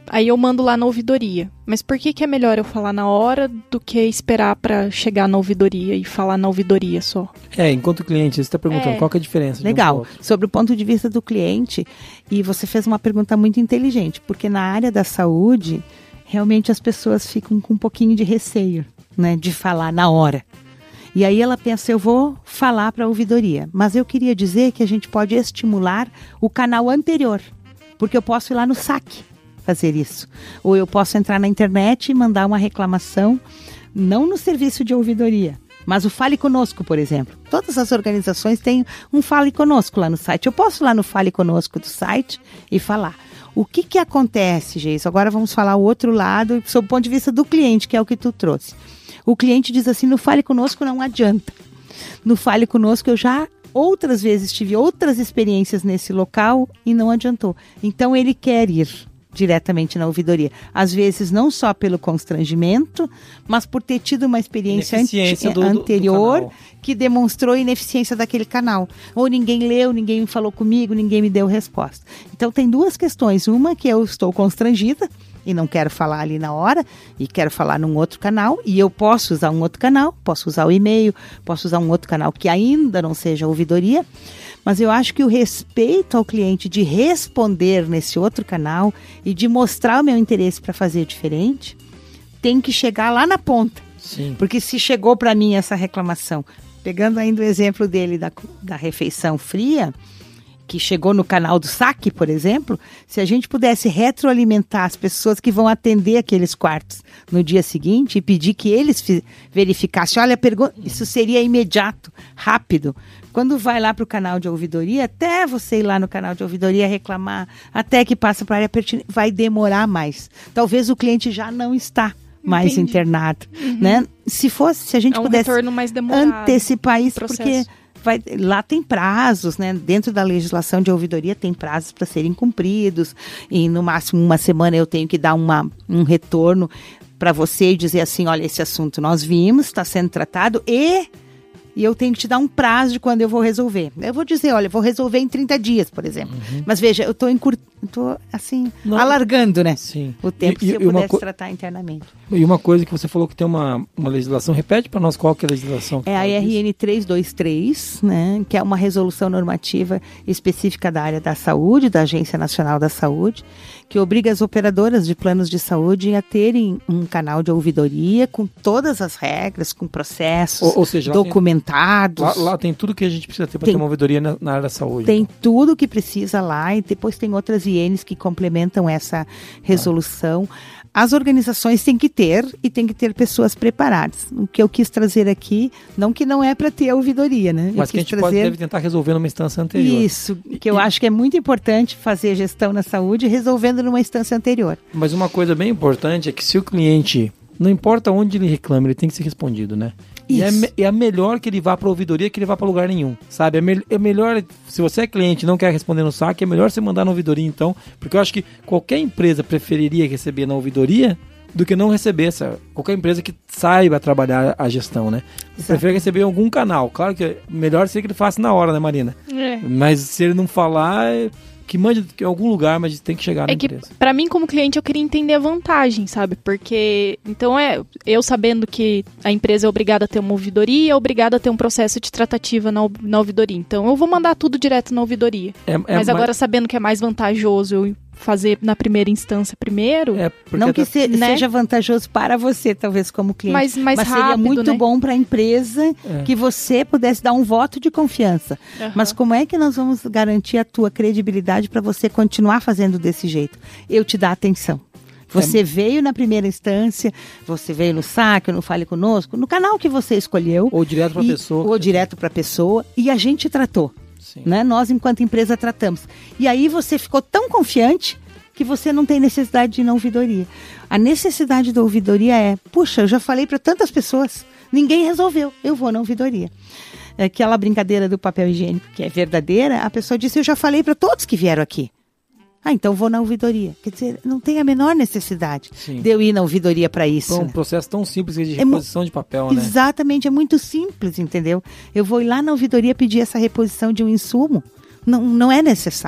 [SPEAKER 3] aí eu mando lá na ouvidoria. Mas por que que é melhor eu falar na hora do que esperar para chegar na ouvidoria e falar na ouvidoria só?
[SPEAKER 1] É, enquanto cliente, você está perguntando
[SPEAKER 3] É.
[SPEAKER 1] qual que é a diferença.
[SPEAKER 5] Legal.
[SPEAKER 1] De um pro outro.
[SPEAKER 5] Sobre o ponto de vista do cliente, e você fez uma pergunta muito inteligente, porque na área da saúde, realmente as pessoas ficam com um pouquinho de receio, né, de falar na hora. E aí ela pensa, eu vou falar para a ouvidoria. Mas eu queria dizer que a gente pode estimular o canal anterior, porque eu posso ir lá no S A C fazer isso. Ou eu posso entrar na internet e mandar uma reclamação, não no serviço de ouvidoria, mas o Fale Conosco, por exemplo. Todas as organizações têm um Fale Conosco lá no site. Eu posso ir lá no Fale Conosco do site e falar. O que que acontece, Geis? Agora vamos falar o outro lado, sob o ponto de vista do cliente, que é o que tu trouxe. O cliente diz assim, no Fale Conosco não adianta. No Fale Conosco eu já outras vezes tive outras experiências nesse local e não adiantou. Então ele quer ir diretamente na ouvidoria. Às vezes não só pelo constrangimento, mas por ter tido uma experiência
[SPEAKER 1] Ineficiência
[SPEAKER 5] ante-
[SPEAKER 1] do- do- do
[SPEAKER 5] anterior
[SPEAKER 1] canal.
[SPEAKER 5] que demonstrou ineficiência daquele canal. Ou ninguém leu, ninguém falou comigo, ninguém me deu resposta. Então tem duas questões. Uma que eu estou constrangida e não quero falar ali na hora, e quero falar num outro canal, e eu posso usar um outro canal, posso usar o e-mail, posso usar um outro canal que ainda não seja ouvidoria, mas eu acho que o respeito ao cliente de responder nesse outro canal e de mostrar o meu interesse para fazer diferente, tem que chegar lá na ponta.
[SPEAKER 1] Sim.
[SPEAKER 5] Porque se chegou para mim essa reclamação, pegando ainda o exemplo dele da, da refeição fria, que chegou no canal do S A C, por exemplo, se a gente pudesse retroalimentar as pessoas que vão atender aqueles quartos no dia seguinte e pedir que eles fi- verificassem, olha, pergunta, isso seria imediato, rápido. Quando vai lá para o canal de ouvidoria, até você ir lá no canal de ouvidoria reclamar, até que passa para a área pertinente, vai demorar mais. Talvez o cliente já não está mais
[SPEAKER 3] Entendi.
[SPEAKER 5] internado, né? Se fosse, se a gente
[SPEAKER 3] É um
[SPEAKER 5] pudesse
[SPEAKER 3] retorno mais demorado.
[SPEAKER 5] antecipar isso,
[SPEAKER 3] processo.
[SPEAKER 5] porque vai, lá tem prazos, né? Dentro da legislação de ouvidoria tem prazos para serem cumpridos, e no máximo uma semana eu tenho que dar uma, um retorno para você e dizer assim, olha, esse assunto nós vimos, está sendo tratado e... E eu tenho que te dar um prazo de quando eu vou resolver. Eu vou dizer, olha, eu vou resolver em trinta dias, por exemplo.
[SPEAKER 1] Uhum.
[SPEAKER 5] Mas veja, eu estou encur... tô, assim,
[SPEAKER 1] Não.
[SPEAKER 5] alargando, né?
[SPEAKER 1] Sim.
[SPEAKER 5] O tempo,
[SPEAKER 1] E-
[SPEAKER 5] se
[SPEAKER 1] e-
[SPEAKER 5] eu
[SPEAKER 1] e uma
[SPEAKER 5] pudesse
[SPEAKER 1] co-
[SPEAKER 5] tratar internamente.
[SPEAKER 1] E uma coisa que você falou que tem uma, uma legislação, repete para nós qual que é a legislação. que
[SPEAKER 5] É a
[SPEAKER 1] fala disso.
[SPEAKER 5] R N trezentos e vinte e três, né, que é uma resolução normativa específica da área da saúde, da Agência Nacional da Saúde, que obriga as operadoras de planos de saúde a terem um canal de ouvidoria com todas as regras, com processos
[SPEAKER 1] Ou, ou seja, lá tem,
[SPEAKER 5] documentados.
[SPEAKER 1] lá, lá tem tudo que a gente precisa ter para
[SPEAKER 5] Tem-
[SPEAKER 1] ter uma ouvidoria na, na área da saúde.
[SPEAKER 5] Tem
[SPEAKER 1] então.
[SPEAKER 5] tudo que precisa lá e depois tem outras I Ns que complementam essa resolução. As organizações têm que ter e tem que ter pessoas preparadas. O que eu quis trazer aqui, não que não é para ter a ouvidoria, né?
[SPEAKER 1] Mas
[SPEAKER 5] eu
[SPEAKER 1] que a
[SPEAKER 5] quis
[SPEAKER 1] gente pode, deve tentar resolver numa instância anterior.
[SPEAKER 5] Isso, que eu acho que é muito importante fazer gestão na saúde resolvendo numa instância anterior.
[SPEAKER 1] Mas uma coisa bem importante é que se o cliente, não importa onde ele reclama, ele tem que ser respondido, né? E é,
[SPEAKER 5] Isso.
[SPEAKER 1] me- é melhor que ele vá para a ouvidoria que ele vá para lugar nenhum, sabe? É, me- é melhor, se você é cliente e não quer responder no S A C, é melhor você mandar na ouvidoria então, porque eu acho que qualquer empresa preferiria receber na ouvidoria do que não receber essa. Qualquer empresa que saiba trabalhar a gestão, né?
[SPEAKER 5] Exato.
[SPEAKER 1] Prefere receber em algum canal. Claro que é melhor ser que ele faça na hora, né, Marina?
[SPEAKER 3] É.
[SPEAKER 1] Mas se ele não falar, é que mande em algum lugar, mas tem que chegar na
[SPEAKER 3] É que,
[SPEAKER 1] empresa.
[SPEAKER 3] pra mim, como cliente, eu queria entender a vantagem, sabe? Porque, então, é eu sabendo que a empresa é obrigada a ter uma ouvidoria, é obrigada a ter um processo de tratativa na, ou- na ouvidoria. Então, eu vou mandar tudo direto na ouvidoria.
[SPEAKER 1] É, é
[SPEAKER 3] Mas agora, sabendo que é mais vantajoso eu fazer na primeira instância primeiro,
[SPEAKER 1] É porque
[SPEAKER 5] Não que
[SPEAKER 1] até-
[SPEAKER 5] se-
[SPEAKER 3] né?
[SPEAKER 5] seja vantajoso para você, talvez, como cliente.
[SPEAKER 3] mais, mais
[SPEAKER 5] mas
[SPEAKER 3] rápido,
[SPEAKER 5] seria muito
[SPEAKER 3] né?
[SPEAKER 5] bom para a empresa
[SPEAKER 1] É.
[SPEAKER 5] que você pudesse dar um voto de confiança.
[SPEAKER 3] Aham.
[SPEAKER 5] Mas como é que nós vamos garantir a tua credibilidade para você continuar fazendo desse jeito? Eu te dar atenção. Você veio na primeira instância, você veio no S A C, no Fale Conosco, no canal que você escolheu.
[SPEAKER 1] Ou direto para a
[SPEAKER 5] e-
[SPEAKER 1] pessoa.
[SPEAKER 5] Ou direto para a pessoa. E a gente tratou.
[SPEAKER 1] Sim.
[SPEAKER 5] Né? Nós, enquanto empresa, tratamos. E aí você ficou tão confiante que você não tem necessidade de ir na ouvidoria. A necessidade da ouvidoria é, puxa, eu já falei para tantas pessoas, ninguém resolveu, eu vou na ouvidoria. Aquela brincadeira do papel higiênico, que é verdadeira, a pessoa disse, eu já falei para todos que vieram aqui. Ah, então vou na ouvidoria. Quer dizer, não tem a menor necessidade
[SPEAKER 1] Sim.
[SPEAKER 5] de eu ir na ouvidoria para isso.
[SPEAKER 1] Foi um
[SPEAKER 5] né?
[SPEAKER 1] processo tão simples que de
[SPEAKER 5] É mu-
[SPEAKER 1] reposição de papel, né?
[SPEAKER 5] Exatamente, é muito simples, entendeu? Eu vou ir lá na ouvidoria pedir essa reposição de um insumo. Não, não é necessário.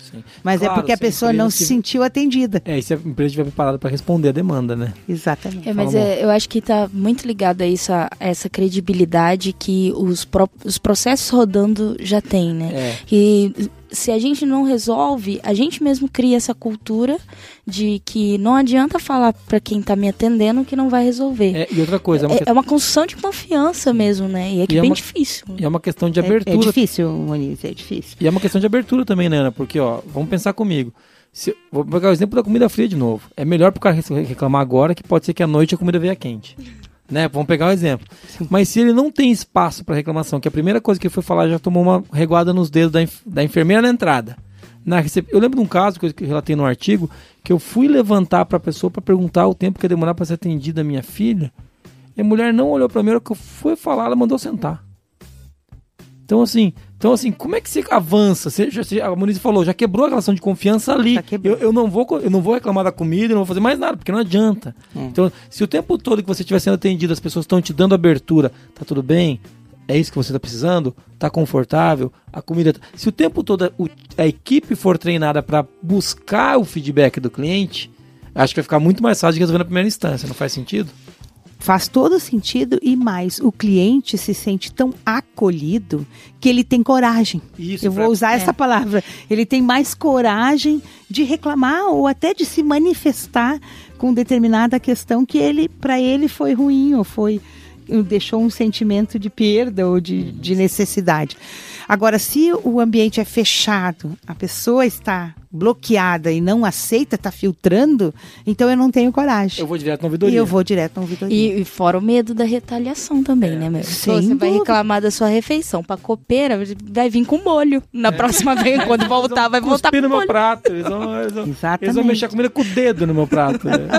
[SPEAKER 1] Sim.
[SPEAKER 5] Mas
[SPEAKER 1] Claro,
[SPEAKER 5] é porque a
[SPEAKER 1] se a
[SPEAKER 5] pessoa não
[SPEAKER 1] empresa
[SPEAKER 5] se
[SPEAKER 1] tiver-
[SPEAKER 5] sentiu atendida.
[SPEAKER 1] É, e se a empresa estiver preparada para responder a demanda, né?
[SPEAKER 5] Exatamente.
[SPEAKER 4] É, mas
[SPEAKER 1] Fala,
[SPEAKER 4] é, eu acho que tá muito ligado a isso, a essa credibilidade que os, pró- os processos rodando já tem, né?
[SPEAKER 1] É.
[SPEAKER 4] E se a gente não resolve, a gente mesmo cria essa cultura de que não adianta falar pra quem tá me atendendo que não vai resolver.
[SPEAKER 1] É, e outra coisa, é uma,
[SPEAKER 4] É,
[SPEAKER 1] que-
[SPEAKER 4] é uma construção de confiança mesmo, né? E é que
[SPEAKER 1] E é
[SPEAKER 4] bem
[SPEAKER 1] uma-
[SPEAKER 4] difícil.
[SPEAKER 1] e é uma questão de
[SPEAKER 5] É,
[SPEAKER 1] abertura.
[SPEAKER 5] é difícil, Moniz, é difícil.
[SPEAKER 1] E é uma questão de abertura também, né, Ana? Porque, ó, vamos pensar comigo. Se, vou pegar o exemplo da comida fria de novo. É melhor pro cara reclamar agora, que pode ser que à noite a comida venha quente. Né? Vamos pegar o exemplo. Mas se ele não tem espaço para reclamação, que a primeira coisa que ele foi falar já tomou uma reguada nos dedos da, enf- da enfermeira na entrada. Na recep... Eu lembro de um caso que eu relatei no artigo, que eu fui levantar para a pessoa para perguntar o tempo que ia demorar para ser atendida a minha filha, e a mulher não olhou para mim, a hora que eu fui falar, ela mandou sentar. Então assim, então, assim, como é que você avança? Você, já, você, a Moniz falou, já quebrou a relação de confiança ali.
[SPEAKER 5] Já quebrou.
[SPEAKER 1] Eu, eu, não vou, eu não vou reclamar da comida, eu não vou fazer mais nada, porque não adianta.
[SPEAKER 5] É.
[SPEAKER 1] Então, se o tempo todo que você estiver sendo atendido, as pessoas estão te dando abertura, tá tudo bem? É isso que você está precisando? Tá confortável? A comida... tá- Se o tempo todo a, o- a equipe for treinada para buscar o feedback do cliente, acho que vai ficar muito mais fácil de resolver na primeira instância, não faz sentido?
[SPEAKER 5] Faz todo sentido e mais, o cliente se sente tão acolhido que ele tem coragem.
[SPEAKER 1] Isso,
[SPEAKER 5] Eu vou
[SPEAKER 1] pra-
[SPEAKER 5] usar
[SPEAKER 4] é.
[SPEAKER 5] essa palavra. Ele tem mais coragem de reclamar ou até de se manifestar com determinada questão que ele, para ele foi ruim ou foi deixou um sentimento de perda ou de, de necessidade. Agora, se o ambiente é fechado, a pessoa está bloqueada e não aceita, está filtrando, então eu não tenho coragem.
[SPEAKER 1] Eu vou direto na
[SPEAKER 5] E
[SPEAKER 1] ouvidoria.
[SPEAKER 5] eu vou direto na ouvidoria.
[SPEAKER 4] E, e fora o medo da retaliação também, né, meu? Se
[SPEAKER 5] Sem
[SPEAKER 4] você vai
[SPEAKER 5] dúvida.
[SPEAKER 4] reclamar da sua refeição pra copeira, vai vir com molho. Na próxima vez, quando voltar, vai voltar
[SPEAKER 1] cuspir
[SPEAKER 4] com
[SPEAKER 1] no meu
[SPEAKER 4] molho.
[SPEAKER 1] prato. Eles vão, eles, vão,
[SPEAKER 5] Exatamente.
[SPEAKER 1] eles vão mexer a comida com o dedo no meu prato. né?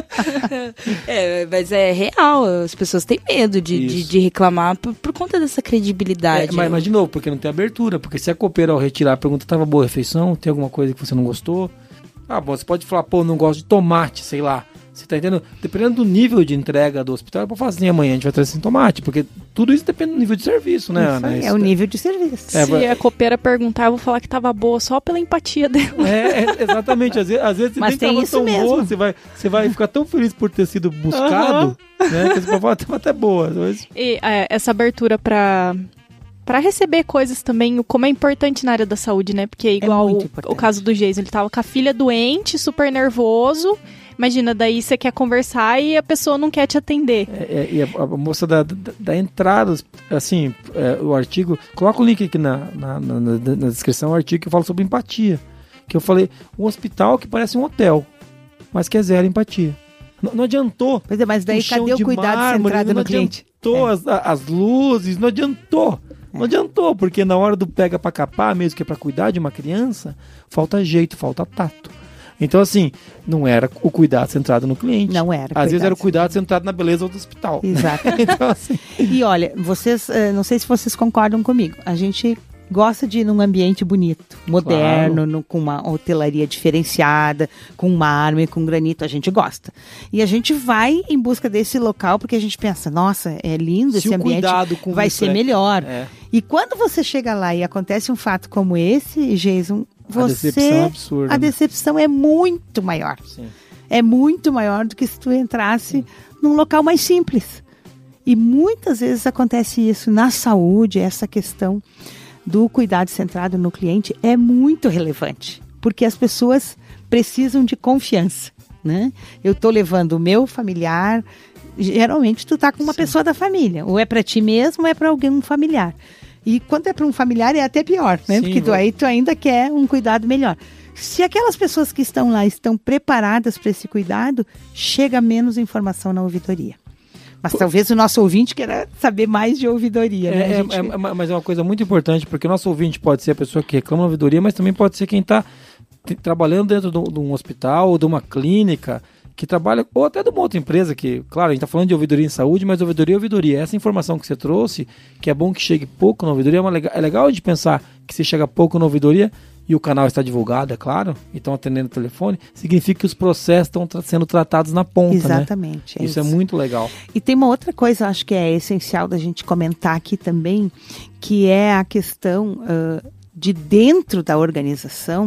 [SPEAKER 4] É, mas é real, as pessoas têm medo de, de,
[SPEAKER 1] Isso.
[SPEAKER 4] de reclamar por, por conta dessa
[SPEAKER 1] É,
[SPEAKER 4] credibilidade.
[SPEAKER 1] mas, mas, de novo, porque não tem abertura. Porque se a copeira, ao retirar, pergunta, tava boa a refeição? Tem alguma coisa que você não gostou? Ah, bom, você pode falar, pô, não gosto de tomate, sei lá. Você tá entendendo? Dependendo do nível de entrega do hospital, eu vou falar assim, amanhã a gente vai trazer sem tomate. Porque tudo isso depende do nível de serviço, né,
[SPEAKER 5] Isso
[SPEAKER 1] Ana?
[SPEAKER 5] aí,
[SPEAKER 1] Isso
[SPEAKER 5] é o nível de serviço.
[SPEAKER 1] É,
[SPEAKER 3] Se
[SPEAKER 1] vai-
[SPEAKER 3] a copeira perguntar, eu vou falar que tava boa só pela empatia dela.
[SPEAKER 1] É, é, exatamente. Às vezes, às vezes você
[SPEAKER 5] Mas
[SPEAKER 1] nem
[SPEAKER 5] tem
[SPEAKER 1] tava
[SPEAKER 5] isso
[SPEAKER 1] tão
[SPEAKER 5] mesmo.
[SPEAKER 1] boa, você vai, você vai ficar tão feliz por ter sido buscado, né? Que você pode falar, tava até boa. Mas...
[SPEAKER 3] E é, essa abertura pra, pra receber coisas também, o- como é importante na área da saúde, né? Porque igual
[SPEAKER 5] muito
[SPEAKER 3] o,
[SPEAKER 5] importante.
[SPEAKER 3] o caso do Jason, ele tava com a filha doente, super nervoso. Imagina, daí você quer conversar e a pessoa não quer te atender.
[SPEAKER 1] É, é, e a, a moça da, da, da entrada, assim, é, o artigo, coloca o link aqui na, na, na, na- na descrição, o artigo que fala sobre empatia. Que eu falei, um hospital que parece um hotel, mas que é zero empatia. N- não adiantou.
[SPEAKER 5] Pois é, mas daí
[SPEAKER 1] o chão
[SPEAKER 5] cadê o
[SPEAKER 1] de
[SPEAKER 5] cuidado
[SPEAKER 1] mármore,
[SPEAKER 5] centrado
[SPEAKER 1] não
[SPEAKER 5] no cliente?
[SPEAKER 1] adiantou
[SPEAKER 5] É.
[SPEAKER 1] as, a- as luzes, não adiantou. Não adiantou, porque na hora do pega pra capar, mesmo que é pra cuidar de uma criança, falta jeito, falta tato. Então, assim, não era o cuidado centrado no cliente.
[SPEAKER 5] Não era.
[SPEAKER 1] Às vezes
[SPEAKER 5] cuidado.
[SPEAKER 1] era o cuidado centrado na beleza do hospital.
[SPEAKER 5] Exato.
[SPEAKER 1] Então, assim,
[SPEAKER 5] E olha, vocês, eh, não sei se vocês concordam comigo, a gente gosta de ir num ambiente bonito, moderno,
[SPEAKER 1] Claro.
[SPEAKER 5] no- com uma hotelaria diferenciada, com mármore, com granito, a gente gosta. E a gente vai em busca desse local porque a gente pensa, nossa, é lindo
[SPEAKER 1] se
[SPEAKER 5] esse
[SPEAKER 1] o
[SPEAKER 5] ambiente,
[SPEAKER 1] cuidado com
[SPEAKER 5] vai
[SPEAKER 1] isso
[SPEAKER 5] ser
[SPEAKER 1] é-
[SPEAKER 5] melhor.
[SPEAKER 1] É,
[SPEAKER 5] E quando você chega lá e acontece um fato como esse, Jason,
[SPEAKER 1] a
[SPEAKER 5] você...
[SPEAKER 1] decepção é absurda.
[SPEAKER 5] A
[SPEAKER 1] né?
[SPEAKER 5] decepção é muito maior.
[SPEAKER 1] Sim.
[SPEAKER 5] É muito maior do que se tu entrasse num local mais simples. E muitas vezes acontece isso na saúde, essa questão do cuidado centrado no cliente é muito relevante, porque as pessoas precisam de confiança, né? Eu estou levando o meu familiar, geralmente tu tá com uma
[SPEAKER 1] Sim.
[SPEAKER 5] pessoa da família, ou é para ti mesmo, ou é para alguém, um familiar. E quando é para um familiar é até pior, né?
[SPEAKER 1] Sim,
[SPEAKER 5] Porque tu,
[SPEAKER 1] vou-
[SPEAKER 5] aí tu ainda quer um cuidado melhor. Se aquelas pessoas que estão lá estão preparadas para esse cuidado, chega menos informação na ouvidoria. Mas talvez o nosso ouvinte queira saber mais de ouvidoria, né?
[SPEAKER 1] É,
[SPEAKER 5] A gente-
[SPEAKER 1] é, é, mas é uma coisa muito importante, porque o nosso ouvinte pode ser a pessoa que reclama na ouvidoria, mas também pode ser quem está trabalhando dentro de um- de um hospital ou de uma clínica, que trabalha, ou até de uma outra empresa, que, claro, a gente está falando de ouvidoria em saúde, mas ouvidoria é ouvidoria. Essa informação que você trouxe, que é bom que chegue pouco na ouvidoria, é, uma lega- é legal de pensar que se chega pouco na ouvidoria e o canal está divulgado, é claro, e estão atendendo o telefone, significa que os processos estão tra- sendo tratados na ponta,
[SPEAKER 5] Exatamente.
[SPEAKER 1] né?
[SPEAKER 5] é
[SPEAKER 1] Isso é muito legal.
[SPEAKER 5] E tem uma outra coisa, acho que é essencial da gente comentar aqui também, que é a questão ah, de dentro da organização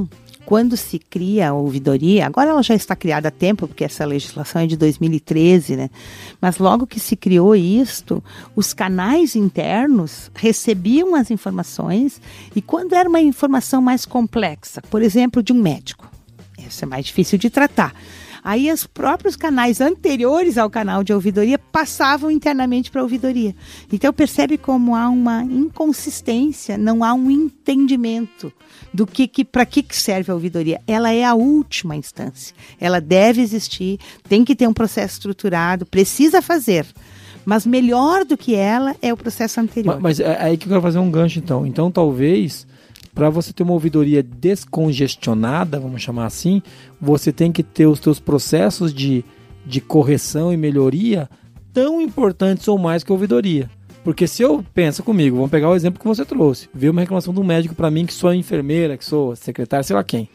[SPEAKER 5] quando se cria a ouvidoria, agora ela já está criada há tempo, porque essa legislação é de dois mil e treze, né? Mas logo que se criou isto, os canais internos recebiam as informações e quando era uma informação mais complexa, por exemplo, de um médico, essa é mais difícil de tratar. Aí os próprios canais anteriores ao canal de ouvidoria passavam internamente para a ouvidoria. Então percebe como há uma inconsistência, não há um entendimento do que, que para que, que serve a ouvidoria. Ela é a última instância. Ela deve existir, tem que ter um processo estruturado, precisa fazer. Mas melhor do que ela é o processo anterior.
[SPEAKER 1] Mas, mas é aí que eu quero fazer um gancho então. Então talvez, para você ter uma ouvidoria descongestionada, vamos chamar assim, você tem que ter os seus processos de, de correção e melhoria tão importantes ou mais que a ouvidoria. Porque se eu, pensa comigo, vamos pegar o exemplo que você trouxe, veio uma reclamação de um médico para mim que sou enfermeira, que sou secretária, sei lá quem.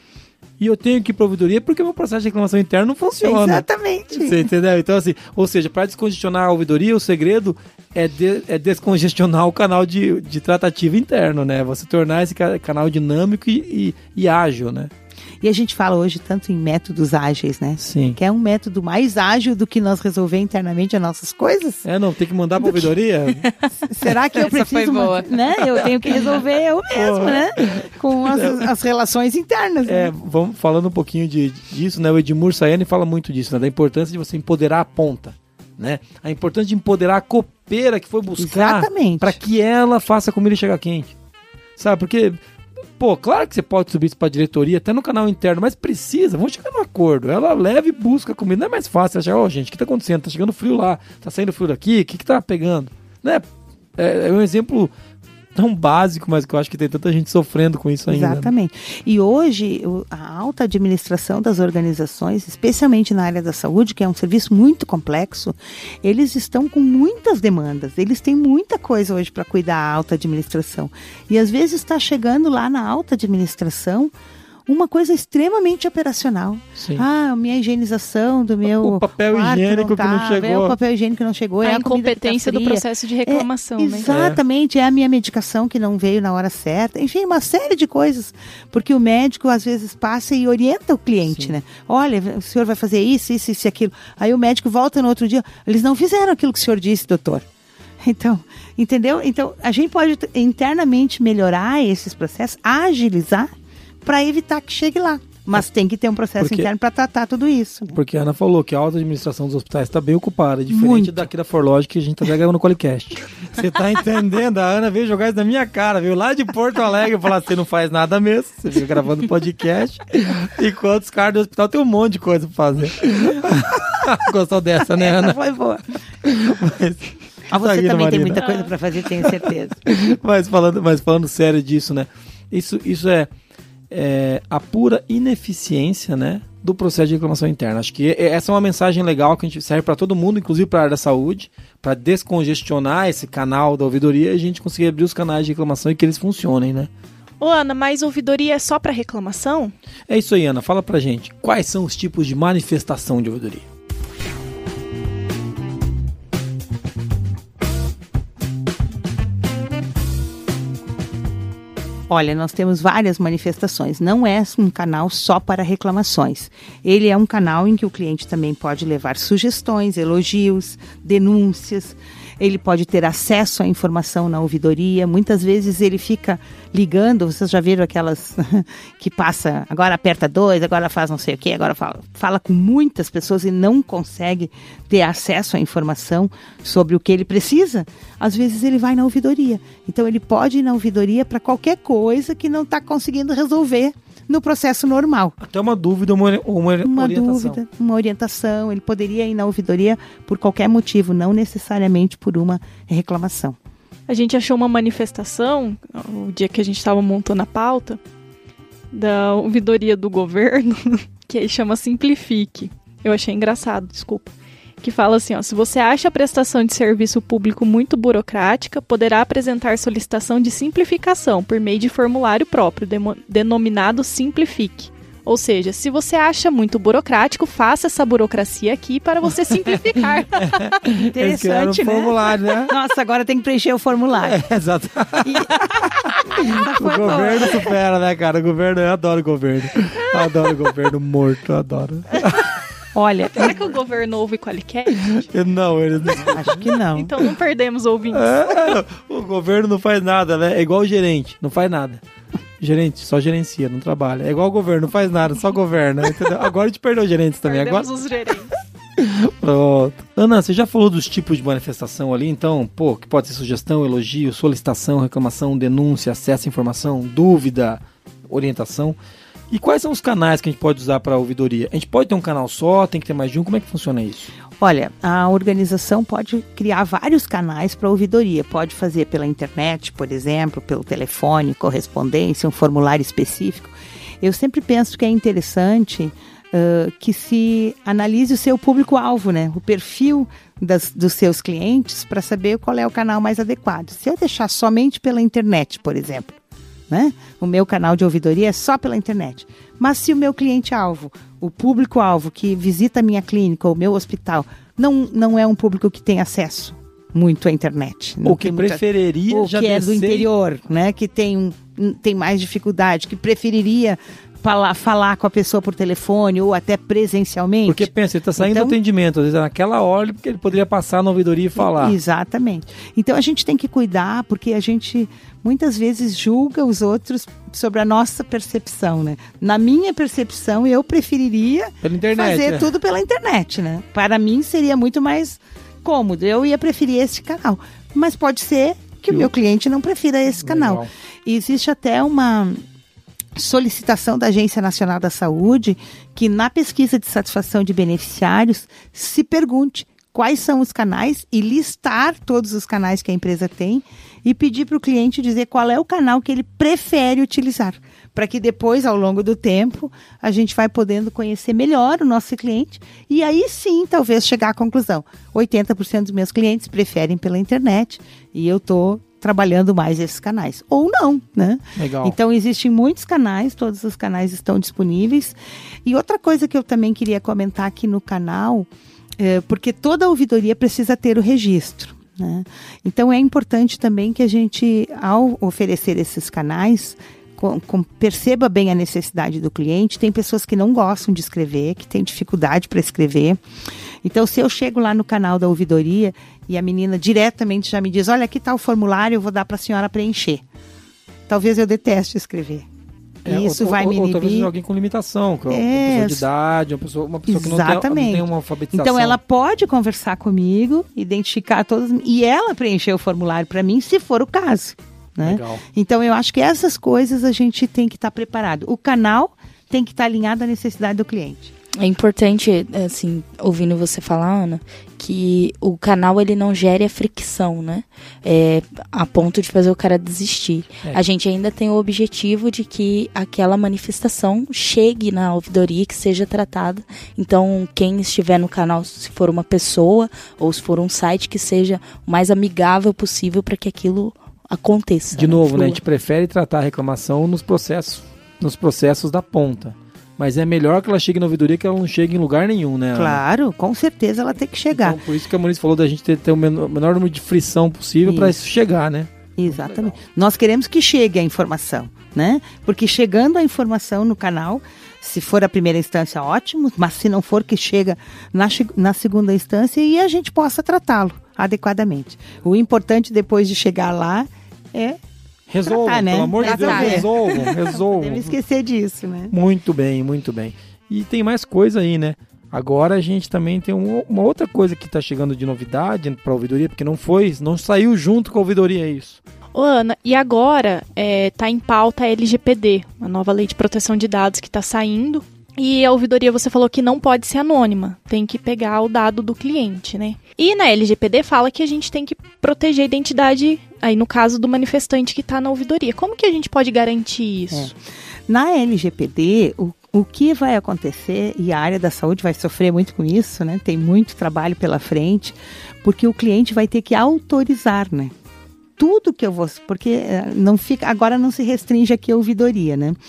[SPEAKER 1] E eu tenho que ir para a ouvidoria porque o meu processo de reclamação interna não funciona.
[SPEAKER 5] Exatamente.
[SPEAKER 1] Você entendeu? Então, assim, ou seja, para descongestionar a ouvidoria, o segredo é, de, é descongestionar o canal de, de tratativa interno, né? Você tornar esse canal dinâmico e, e, e ágil, né?
[SPEAKER 5] E a gente fala hoje tanto em métodos ágeis, né?
[SPEAKER 1] Sim.
[SPEAKER 5] Que é um método mais ágil do que nós resolver internamente as nossas coisas.
[SPEAKER 1] É, não, tem que mandar para a ouvidoria?
[SPEAKER 5] Que... Será que eu
[SPEAKER 4] Essa
[SPEAKER 5] preciso...
[SPEAKER 4] Uma...
[SPEAKER 5] Né? Eu tenho que resolver eu mesmo, Porra. né? Com as, as relações internas.
[SPEAKER 1] É,
[SPEAKER 5] né?
[SPEAKER 1] Vamos falando um pouquinho de, disso, né? O Edmur Sayane fala muito disso, né? Da importância de você empoderar a ponta, né? A importância de empoderar a copeira que foi buscar para que ela faça a comida chegar quente. Sabe, porque... Pô, claro que você pode subir isso pra diretoria, até no canal interno, mas precisa, vamos chegar num acordo. Ela leva e busca a comida, não é mais fácil achar, ó, oh, gente, o que tá acontecendo? Tá chegando frio lá, tá saindo frio daqui, o que que tá pegando? Né? É, é um exemplo tão básico, mas que eu acho que tem tanta gente sofrendo com isso ainda.
[SPEAKER 5] Exatamente. Né? E hoje, a alta administração das organizações, especialmente na área da saúde, que é um serviço muito complexo, eles estão com muitas demandas. Eles têm muita coisa hoje para cuidar da alta administração. E às vezes está chegando lá na alta administração uma coisa extremamente operacional.
[SPEAKER 1] Sim.
[SPEAKER 5] Ah, a minha higienização do meu
[SPEAKER 1] o papel higiênico não tá, que não chegou.
[SPEAKER 5] É o papel higiênico que não chegou.
[SPEAKER 3] A
[SPEAKER 5] é a
[SPEAKER 3] incompetência do processo de reclamação.
[SPEAKER 5] É,
[SPEAKER 3] né?
[SPEAKER 5] Exatamente, é. é a minha medicação que não veio na hora certa. Enfim, uma série de coisas. Porque o médico, às vezes, passa e orienta o cliente, Sim. né? Olha, o senhor vai fazer isso, isso, isso e aquilo. Aí o médico volta no outro dia. Eles não fizeram aquilo que o senhor disse, doutor. Então, entendeu? Então, a gente pode internamente melhorar esses processos, agilizar, para evitar que chegue lá. Mas tem que ter um processo porque, interno para tratar tudo isso. Né?
[SPEAKER 1] Porque a Ana falou que a alta administração dos hospitais está bem ocupada, diferente
[SPEAKER 5] Muito.
[SPEAKER 1] daqui da Forlogic que a gente está gravando no Qualicast. Você tá entendendo? A Ana veio jogar isso na minha cara, veio lá de Porto Alegre falar: você não faz nada mesmo, você fica gravando podcast, enquanto os caras do hospital tem um monte de coisa para fazer. Gostou dessa, né, Ana?
[SPEAKER 5] Essa foi boa.
[SPEAKER 1] Mas,
[SPEAKER 5] ah, você
[SPEAKER 1] tá
[SPEAKER 5] também
[SPEAKER 1] Marina.
[SPEAKER 5] tem muita coisa para fazer, tenho certeza.
[SPEAKER 1] mas, falando, mas falando sério disso, né? Isso, isso é... É, a pura ineficiência, né, do processo de reclamação interna. Acho que essa é uma mensagem legal que a gente serve para todo mundo, inclusive para a área da saúde, para descongestionar esse canal da ouvidoria e a gente conseguir abrir os canais de reclamação e que eles funcionem, né?
[SPEAKER 3] Ô Ana, mas ouvidoria é só para reclamação?
[SPEAKER 1] É isso aí, Ana. Fala pra gente, quais são os tipos de manifestação de ouvidoria?
[SPEAKER 5] Olha, nós temos várias manifestações. Não é um canal só para reclamações. Ele é um canal em que o cliente também pode levar sugestões, elogios, denúncias. Ele pode ter acesso à informação na ouvidoria. Muitas vezes ele fica ligando, vocês já viram aquelas que passa, agora aperta dois, agora faz não sei o quê, agora fala, fala com muitas pessoas e não consegue ter acesso à informação sobre o que ele precisa. Às vezes ele vai na ouvidoria. Então ele pode ir na ouvidoria para qualquer coisa que não está conseguindo resolver no processo normal.
[SPEAKER 1] Até uma dúvida, uma, uma,
[SPEAKER 5] uma
[SPEAKER 1] orientação.
[SPEAKER 5] dúvida, uma orientação. Ele poderia ir na ouvidoria por qualquer motivo, não necessariamente por uma reclamação.
[SPEAKER 3] A gente achou uma manifestação, o dia que a gente estava montando a pauta, da ouvidoria do governo, que aí chama Simplifique. Eu achei engraçado, desculpa. Que fala assim, ó, se você acha a prestação de serviço público muito burocrática, poderá apresentar solicitação de simplificação por meio de formulário próprio, demo, denominado Simplifique. Ou seja, se você acha muito burocrático, faça essa burocracia aqui para você simplificar.
[SPEAKER 5] Interessante,
[SPEAKER 1] um
[SPEAKER 5] né?
[SPEAKER 1] formulário, né?
[SPEAKER 5] Nossa, agora tem que preencher o formulário.
[SPEAKER 1] É, exato.
[SPEAKER 5] E...
[SPEAKER 1] O governo supera, né, cara? O governo, eu adoro o governo. Eu adoro o governo morto, eu adoro.
[SPEAKER 5] Olha...
[SPEAKER 3] Será que o governo ouve Qualicast?
[SPEAKER 1] Não, eles não...
[SPEAKER 5] Acho que não.
[SPEAKER 3] Então não perdemos ouvintes.
[SPEAKER 1] É, o governo não faz nada, né? É igual o gerente, não faz nada. Gerente, só gerencia, não trabalha. É igual o governo, não faz nada, só governa, entendeu? Agora a gente perdeu os gerentes também.
[SPEAKER 3] Perdemos
[SPEAKER 1] Agora...
[SPEAKER 3] os gerentes.
[SPEAKER 1] Pronto. Ana, você já falou dos tipos de manifestação ali, então, pô, que pode ser sugestão, elogio, solicitação, reclamação, denúncia, acesso à informação, dúvida, orientação. E quais são os canais que a gente pode usar para a ouvidoria? A gente pode ter um canal só, tem que ter mais de um? Como é que funciona isso?
[SPEAKER 5] Olha, a organização pode criar vários canais para ouvidoria. Pode fazer pela internet, por exemplo, pelo telefone, correspondência, um formulário específico. Eu sempre penso que é interessante uh, que se analise o seu público-alvo, né? O perfil das, dos seus clientes para saber qual é o canal mais adequado. Se eu deixar somente pela internet, por exemplo, né? O meu canal de ouvidoria é só pela internet. Mas se o meu cliente-alvo, o público-alvo que visita a minha clínica ou o meu hospital, não, não é um público que tem acesso muito à internet.
[SPEAKER 1] Ou que preferiria
[SPEAKER 5] muita...
[SPEAKER 1] já
[SPEAKER 5] Ou que é
[SPEAKER 1] descer...
[SPEAKER 5] do interior, né? Que tem, um, tem mais dificuldade, que preferiria falar, falar com a pessoa por telefone ou até presencialmente.
[SPEAKER 1] Porque pensa, ele está saindo
[SPEAKER 5] então,
[SPEAKER 1] do atendimento, às vezes naquela hora, porque ele poderia passar na ouvidoria e falar.
[SPEAKER 5] Exatamente. Então a gente tem que cuidar, porque a gente muitas vezes julga os outros sobre a nossa percepção, né? Na minha percepção, eu preferiria
[SPEAKER 1] pela internet,
[SPEAKER 5] fazer
[SPEAKER 1] né?
[SPEAKER 5] tudo pela internet, né? Para mim seria muito mais cômodo, eu ia preferir esse canal. Mas pode ser que eu... o meu cliente não prefira esse canal.
[SPEAKER 1] Legal.
[SPEAKER 5] E existe até uma solicitação da Agência Nacional da Saúde que na pesquisa de satisfação de beneficiários se pergunte quais são os canais e listar todos os canais que a empresa tem e pedir para o cliente dizer qual é o canal que ele prefere utilizar, para que depois, ao longo do tempo, a gente vai podendo conhecer melhor o nosso cliente e aí sim, talvez chegar à conclusão, oitenta por cento dos meus clientes preferem pela internet e eu estou trabalhando mais esses canais. Ou não, né?
[SPEAKER 1] Legal.
[SPEAKER 5] Então, existem muitos canais, todos os canais estão disponíveis. E outra coisa que eu também queria comentar aqui no canal, é, porque toda ouvidoria precisa ter o registro, né? Então, é importante também que a gente, ao oferecer esses canais, com, com, perceba bem a necessidade do cliente. Tem pessoas que não gostam de escrever, que têm dificuldade para escrever. Então, se eu chego lá no canal da ouvidoria e a menina diretamente já me diz, olha, aqui está o formulário, eu vou dar para a senhora preencher. Talvez eu deteste escrever.
[SPEAKER 1] É,
[SPEAKER 5] e isso
[SPEAKER 1] ou,
[SPEAKER 5] vai
[SPEAKER 1] ou,
[SPEAKER 5] me
[SPEAKER 1] ou
[SPEAKER 5] inibir.
[SPEAKER 1] talvez alguém com limitação, com
[SPEAKER 5] é,
[SPEAKER 1] uma pessoa de idade, uma pessoa, uma pessoa que não tem, não tem uma alfabetização.
[SPEAKER 5] Então, ela pode conversar comigo, identificar todas, e ela preencher o formulário para mim, se for o caso. Né?
[SPEAKER 1] Legal.
[SPEAKER 5] Então, eu acho que essas coisas a gente tem que estar preparado. O canal tem que estar alinhado à necessidade do cliente.
[SPEAKER 4] É importante, assim, ouvindo você falar, Ana, que o canal ele não gere a fricção, né? É, a ponto de fazer o cara desistir. É. A gente ainda tem o objetivo de que aquela manifestação chegue na ouvidoria, que seja tratada. Então, quem estiver no canal, se for uma pessoa ou se for um site, que seja o mais amigável possível para que aquilo aconteça.
[SPEAKER 1] De
[SPEAKER 4] né?
[SPEAKER 1] novo,
[SPEAKER 4] Flua.
[SPEAKER 1] né? A gente prefere tratar a reclamação nos processos, nos processos da ponta. Mas é melhor que ela chegue na ouvidoria que ela não chegue em lugar nenhum, né?
[SPEAKER 5] Claro, com certeza ela tem que chegar.
[SPEAKER 1] Então, por isso que a Maurício falou da gente ter, ter o menor, menor número de frição possível para isso chegar, né?
[SPEAKER 5] Exatamente. Nós queremos que chegue a informação, né? Porque chegando a informação no canal, se for a primeira instância, ótimo, mas se não for, que chega na, na segunda instância e a gente possa tratá-lo adequadamente. O importante depois de chegar lá é...
[SPEAKER 1] Resolvam,
[SPEAKER 5] tratar, né?
[SPEAKER 1] Pelo amor de Deus,
[SPEAKER 5] Resolver.
[SPEAKER 1] resolvam, resolvam.
[SPEAKER 5] Não podemos esquecer disso, né?
[SPEAKER 1] Muito bem, muito bem. E tem mais coisa aí, né? Agora a gente também tem um, uma outra coisa que está chegando de novidade para a ouvidoria, porque não foi, não saiu junto com a ouvidoria isso.
[SPEAKER 3] Ô, Ana, e agora está em pauta a L G P D, a nova lei de proteção de dados que está saindo. E a ouvidoria, você falou que não pode ser anônima, tem que pegar o dado do cliente, né? E na L G P D fala que a gente tem que proteger a identidade, aí no caso do manifestante que está na ouvidoria. Como que a gente pode garantir isso?
[SPEAKER 5] É. Na L G P D, o, o que vai acontecer, e a área da saúde vai sofrer muito com isso, né? Tem muito trabalho pela frente, porque o cliente vai ter que autorizar, né? Tudo que eu vou... Porque não fica, agora não se restringe aqui a ouvidoria, né?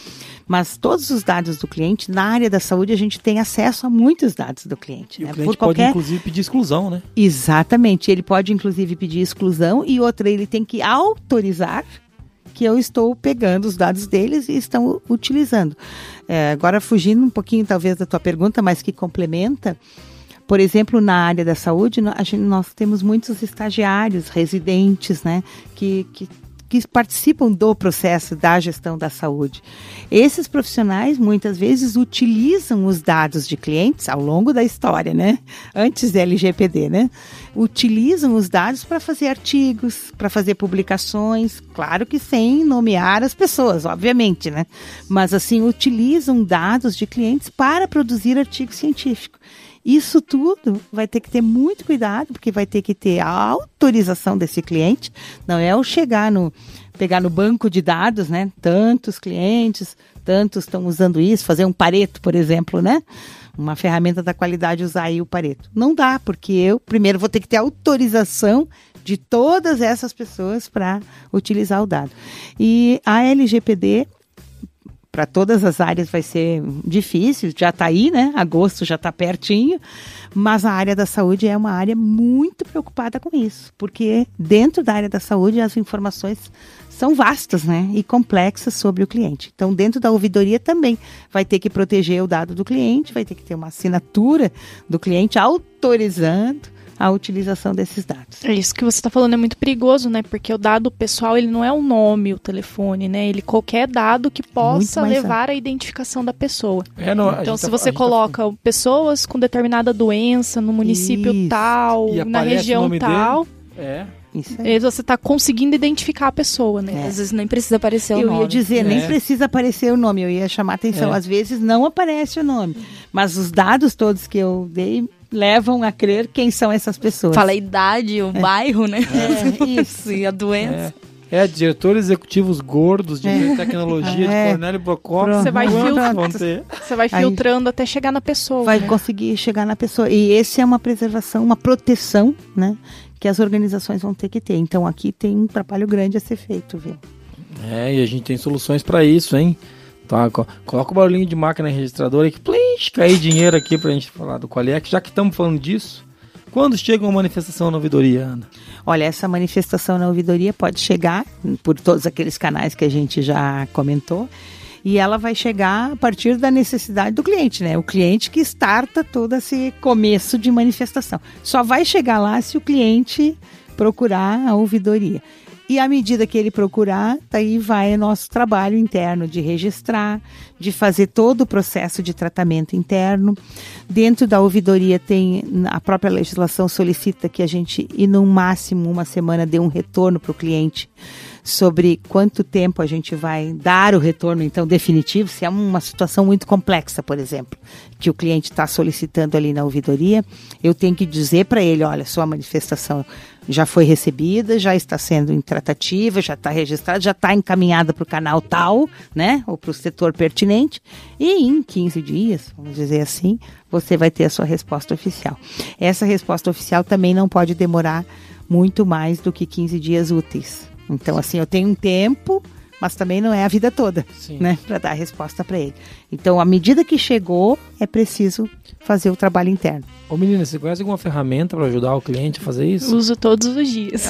[SPEAKER 5] Mas todos os dados do cliente, na área da saúde, a gente tem acesso a muitos dados do cliente.
[SPEAKER 1] E
[SPEAKER 5] né?
[SPEAKER 1] o cliente
[SPEAKER 5] Por qualquer...
[SPEAKER 1] pode, inclusive, pedir exclusão, né?
[SPEAKER 5] Exatamente. Ele pode, inclusive, pedir exclusão e outra, ele tem que autorizar que eu estou pegando os dados deles e estão utilizando. É, agora, fugindo um pouquinho, talvez, da tua pergunta, mas que complementa, por exemplo, na área da saúde, a gente, nós temos muitos estagiários, residentes, né, que, que, que participam do processo da gestão da saúde. Esses profissionais, muitas vezes, utilizam os dados de clientes ao longo da história, né? Antes da L G P D, né? Utilizam os dados para fazer artigos, para fazer publicações, claro que sem nomear as pessoas, obviamente, né? Mas, assim, utilizam dados de clientes para produzir artigo científico. Isso tudo vai ter que ter muito cuidado, porque vai ter que ter a autorização desse cliente. Não é o chegar no, pegar no banco de dados, né? Tantos clientes, tantos estão usando isso, fazer um Pareto, por exemplo, né? Uma ferramenta da qualidade, usar aí o Pareto. Não dá, porque eu primeiro vou ter que ter autorização de todas essas pessoas para utilizar o dado. E a L G P D, para todas as áreas vai ser difícil, já está aí, né? Agosto já está pertinho, mas a área da saúde é uma área muito preocupada com isso, porque dentro da área da saúde as informações são vastas, né? E complexas sobre o cliente. Então, dentro da ouvidoria também vai ter que proteger o dado do cliente, vai ter que ter uma assinatura do cliente autorizando a utilização desses dados.
[SPEAKER 3] É isso que você está falando, é muito perigoso, né? Porque o dado pessoal, ele não é o nome, o telefone, né? Ele qualquer dado que possa levar à identificação da pessoa. É, não, então, se tá, você coloca tá... pessoas com determinada doença no município isso. tal, na região tal, dele, é. Isso aí. Você está conseguindo identificar a pessoa, né?
[SPEAKER 4] É. Às vezes nem precisa aparecer o
[SPEAKER 5] eu
[SPEAKER 4] nome.
[SPEAKER 5] Eu ia dizer,
[SPEAKER 4] é.
[SPEAKER 5] nem precisa aparecer o nome. Eu ia chamar a atenção. É. Às vezes não aparece o nome. Mas os dados todos que eu dei levam a crer quem são essas pessoas.
[SPEAKER 4] Fala a idade, o é. bairro, né?
[SPEAKER 5] É, isso.
[SPEAKER 4] E a doença.
[SPEAKER 1] É. É, diretores executivos gordos de é. tecnologia, é. de Cornélio Procópio.
[SPEAKER 3] Você vai, filtra... Você vai filtrando Aí, até chegar na pessoa.
[SPEAKER 5] Vai
[SPEAKER 3] né?
[SPEAKER 5] conseguir chegar na pessoa. E esse é uma preservação, uma proteção, né? Que as organizações vão ter que ter. Então, aqui tem um trabalho grande a ser feito, viu?
[SPEAKER 1] É, e a gente tem soluções para isso, hein? Tá, coloca o barulhinho de máquina registradora aí que plinch, cair dinheiro aqui pra gente falar do Qualiex, já que estamos falando disso. Quando chega uma manifestação na ouvidoria, Ana?
[SPEAKER 5] Olha, essa manifestação na ouvidoria pode chegar por todos aqueles canais que a gente já comentou, e ela vai chegar a partir da necessidade do cliente, né? O cliente que starta todo esse começo de manifestação. Só vai chegar lá se o cliente procurar a ouvidoria. E à medida que ele procurar, daí vai o nosso trabalho interno de registrar, de fazer todo o processo de tratamento interno. Dentro da ouvidoria tem, a própria legislação solicita que a gente, e no máximo uma semana, dê um retorno para o cliente sobre quanto tempo a gente vai dar o retorno, então, definitivo, se é uma situação muito complexa, por exemplo, que o cliente está solicitando ali na ouvidoria, eu tenho que dizer para ele, olha, sua manifestação já foi recebida, já está sendo em tratativa, já está registrada, já está encaminhada para o canal tal, né, ou para o setor pertinente, e em quinze dias, vamos dizer assim, você vai ter a sua resposta oficial. Essa resposta oficial também não pode demorar muito mais do que quinze dias úteis. Então, assim, eu tenho um tempo, mas também não é a vida toda, Sim. né, para dar a resposta para ele. Então, à medida que chegou, é preciso fazer o trabalho interno.
[SPEAKER 1] Ô menina, você conhece alguma ferramenta para ajudar o cliente a fazer isso?
[SPEAKER 3] Uso todos os dias.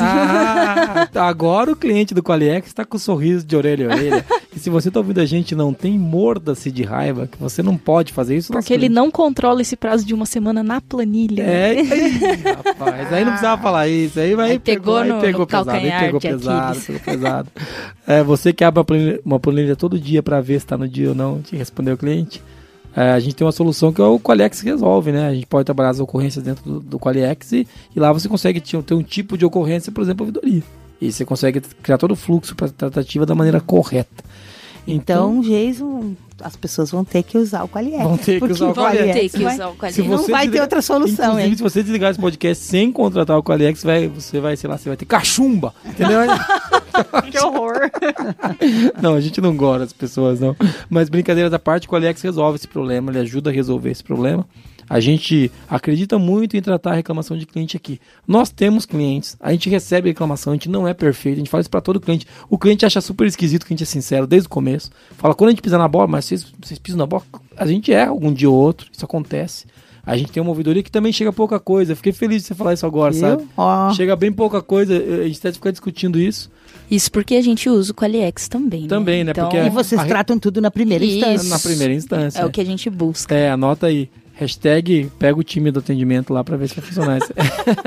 [SPEAKER 1] Ah, agora o cliente do Qualiex está com um sorriso de orelha a orelha. E se você está ouvindo a gente não tem, morda-se de raiva, que você não pode fazer isso.
[SPEAKER 3] Porque ele não controla esse prazo de uma semana na planilha.
[SPEAKER 1] É, aí, rapaz, aí não precisava falar isso. Aí, vai,
[SPEAKER 4] aí pegou, pegou, no,
[SPEAKER 1] aí pegou
[SPEAKER 4] no
[SPEAKER 1] pesado, aí pegou pesado,
[SPEAKER 4] pegou
[SPEAKER 1] pesado. É, você que abre uma planilha, uma planilha todo dia para ver se está no dia ou não de responder o cliente. É, a gente tem uma solução que é o Qualiex que resolve, né? A gente pode trabalhar as ocorrências dentro do, do Qualiex e, e lá você consegue ter um tipo de ocorrência, por exemplo, a ouvidoria. E você consegue criar todo o fluxo para a tratativa da maneira correta.
[SPEAKER 5] Então, Jason, as pessoas vão ter que usar o Qualiex.
[SPEAKER 1] Vão ter que usar o Qualiex.
[SPEAKER 4] Vão ter que usar o Qualiex.
[SPEAKER 5] Não vai desligar, ter outra solução,
[SPEAKER 1] inclusive,
[SPEAKER 5] hein?
[SPEAKER 1] se você desligar esse podcast sem contratar o Qualiex, vai, você vai, sei lá, você vai ter cachumba, entendeu?
[SPEAKER 3] Que horror!
[SPEAKER 1] Não, a gente não gosta das pessoas, não. Mas brincadeiras à parte, o Qualiex resolve esse problema, ele ajuda a resolver esse problema. A gente acredita muito em tratar a reclamação de cliente aqui. Nós temos clientes, a gente recebe reclamação, a gente não é perfeito, a gente fala isso para todo cliente. O cliente acha super esquisito que a gente é sincero desde o começo. Fala, quando a gente pisa na bola, mas vocês, vocês pisam na bola, a gente erra algum dia ou outro, isso acontece. A gente tem uma ouvidoria que também chega pouca coisa. Eu fiquei feliz de você falar isso agora,
[SPEAKER 5] Viu?
[SPEAKER 1] sabe?
[SPEAKER 5] Ó.
[SPEAKER 1] Chega bem pouca coisa, a gente deve ficar discutindo isso.
[SPEAKER 4] Isso porque a gente usa o Qualiex também,
[SPEAKER 1] Também, né?
[SPEAKER 4] Então,
[SPEAKER 1] Porque
[SPEAKER 5] E vocês
[SPEAKER 1] a re-
[SPEAKER 5] tratam tudo na primeira
[SPEAKER 4] Isso.
[SPEAKER 5] instância.
[SPEAKER 1] Na primeira instância.
[SPEAKER 4] é o que a gente busca.
[SPEAKER 1] É, anota aí. Hashtag pega o time do atendimento lá pra ver se vai funcionar isso.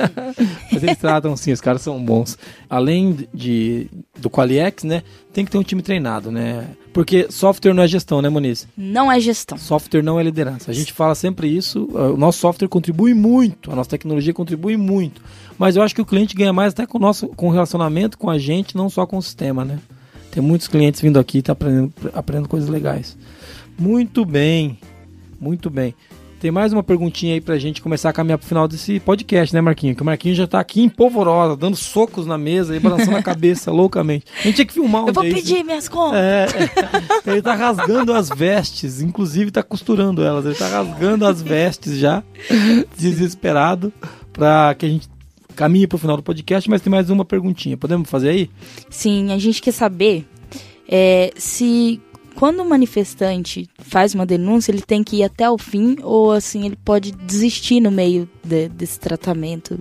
[SPEAKER 1] Mas eles tratam sim, os caras são bons. Além de, do Qualiex, né? Tem que ter um time treinado, né? Porque software não é gestão, né, Moniz?
[SPEAKER 4] Não é gestão.
[SPEAKER 1] Software não é liderança. A gente fala sempre isso. O nosso software contribui muito, a nossa tecnologia contribui muito. Mas eu acho que o cliente ganha mais até com o nosso com o relacionamento com a gente, não só com o sistema, né? Tem muitos clientes vindo aqui e tá aprendendo, aprendendo coisas legais. Muito bem, muito bem. Tem mais uma perguntinha aí pra gente começar a caminhar pro final desse podcast, né, Marquinhos? Que o Marquinhos já tá aqui em polvorosa, dando socos na mesa e balançando a cabeça loucamente. A gente tinha que filmar um
[SPEAKER 4] Eu vou
[SPEAKER 1] dia
[SPEAKER 4] pedir
[SPEAKER 1] isso.
[SPEAKER 4] minhas contas.
[SPEAKER 1] É, é, ele tá rasgando as vestes, inclusive tá costurando elas. Ele tá rasgando as vestes já, desesperado, pra que a gente caminhe pro final do podcast, mas tem mais uma perguntinha. Podemos fazer aí?
[SPEAKER 4] Sim, a gente quer saber é, se quando o manifestante faz uma denúncia, ele tem que ir até o fim ou assim ele pode desistir no meio de, desse tratamento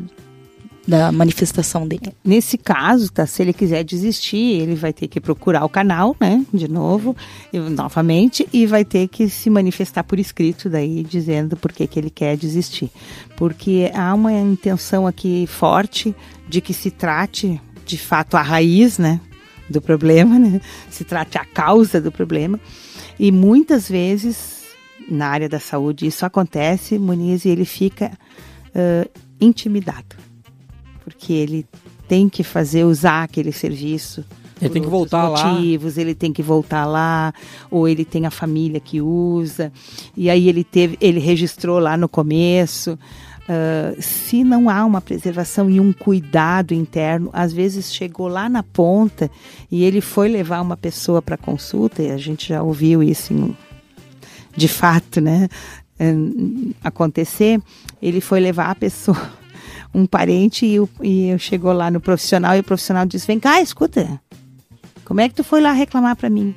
[SPEAKER 4] da manifestação dele.
[SPEAKER 5] Nesse caso, tá, se ele quiser desistir, ele vai ter que procurar o canal, né, de novo, e, novamente, e vai ter que se manifestar por escrito daí, dizendo por que que ele quer desistir. Porque há uma intenção aqui forte de que se trate, de fato, a raiz, né, do problema, né, se trate a causa do problema, e muitas vezes, na área da saúde, isso acontece, Moniz, e ele fica uh, intimidado. Porque ele tem que fazer, usar aquele serviço.
[SPEAKER 1] Ele tem que voltar lá.
[SPEAKER 5] Motivos, ele tem que voltar lá, ou ele tem a família que usa, e aí ele teve, ele registrou lá no começo. Uh, se não há uma preservação e um cuidado interno, às vezes chegou lá na ponta e ele foi levar uma pessoa para consulta, e a gente já ouviu isso em, de fato, né, acontecer, ele foi levar a pessoa, um parente, e, o, e chegou lá no profissional e o profissional disse, vem cá, escuta, como é que tu foi lá reclamar para mim?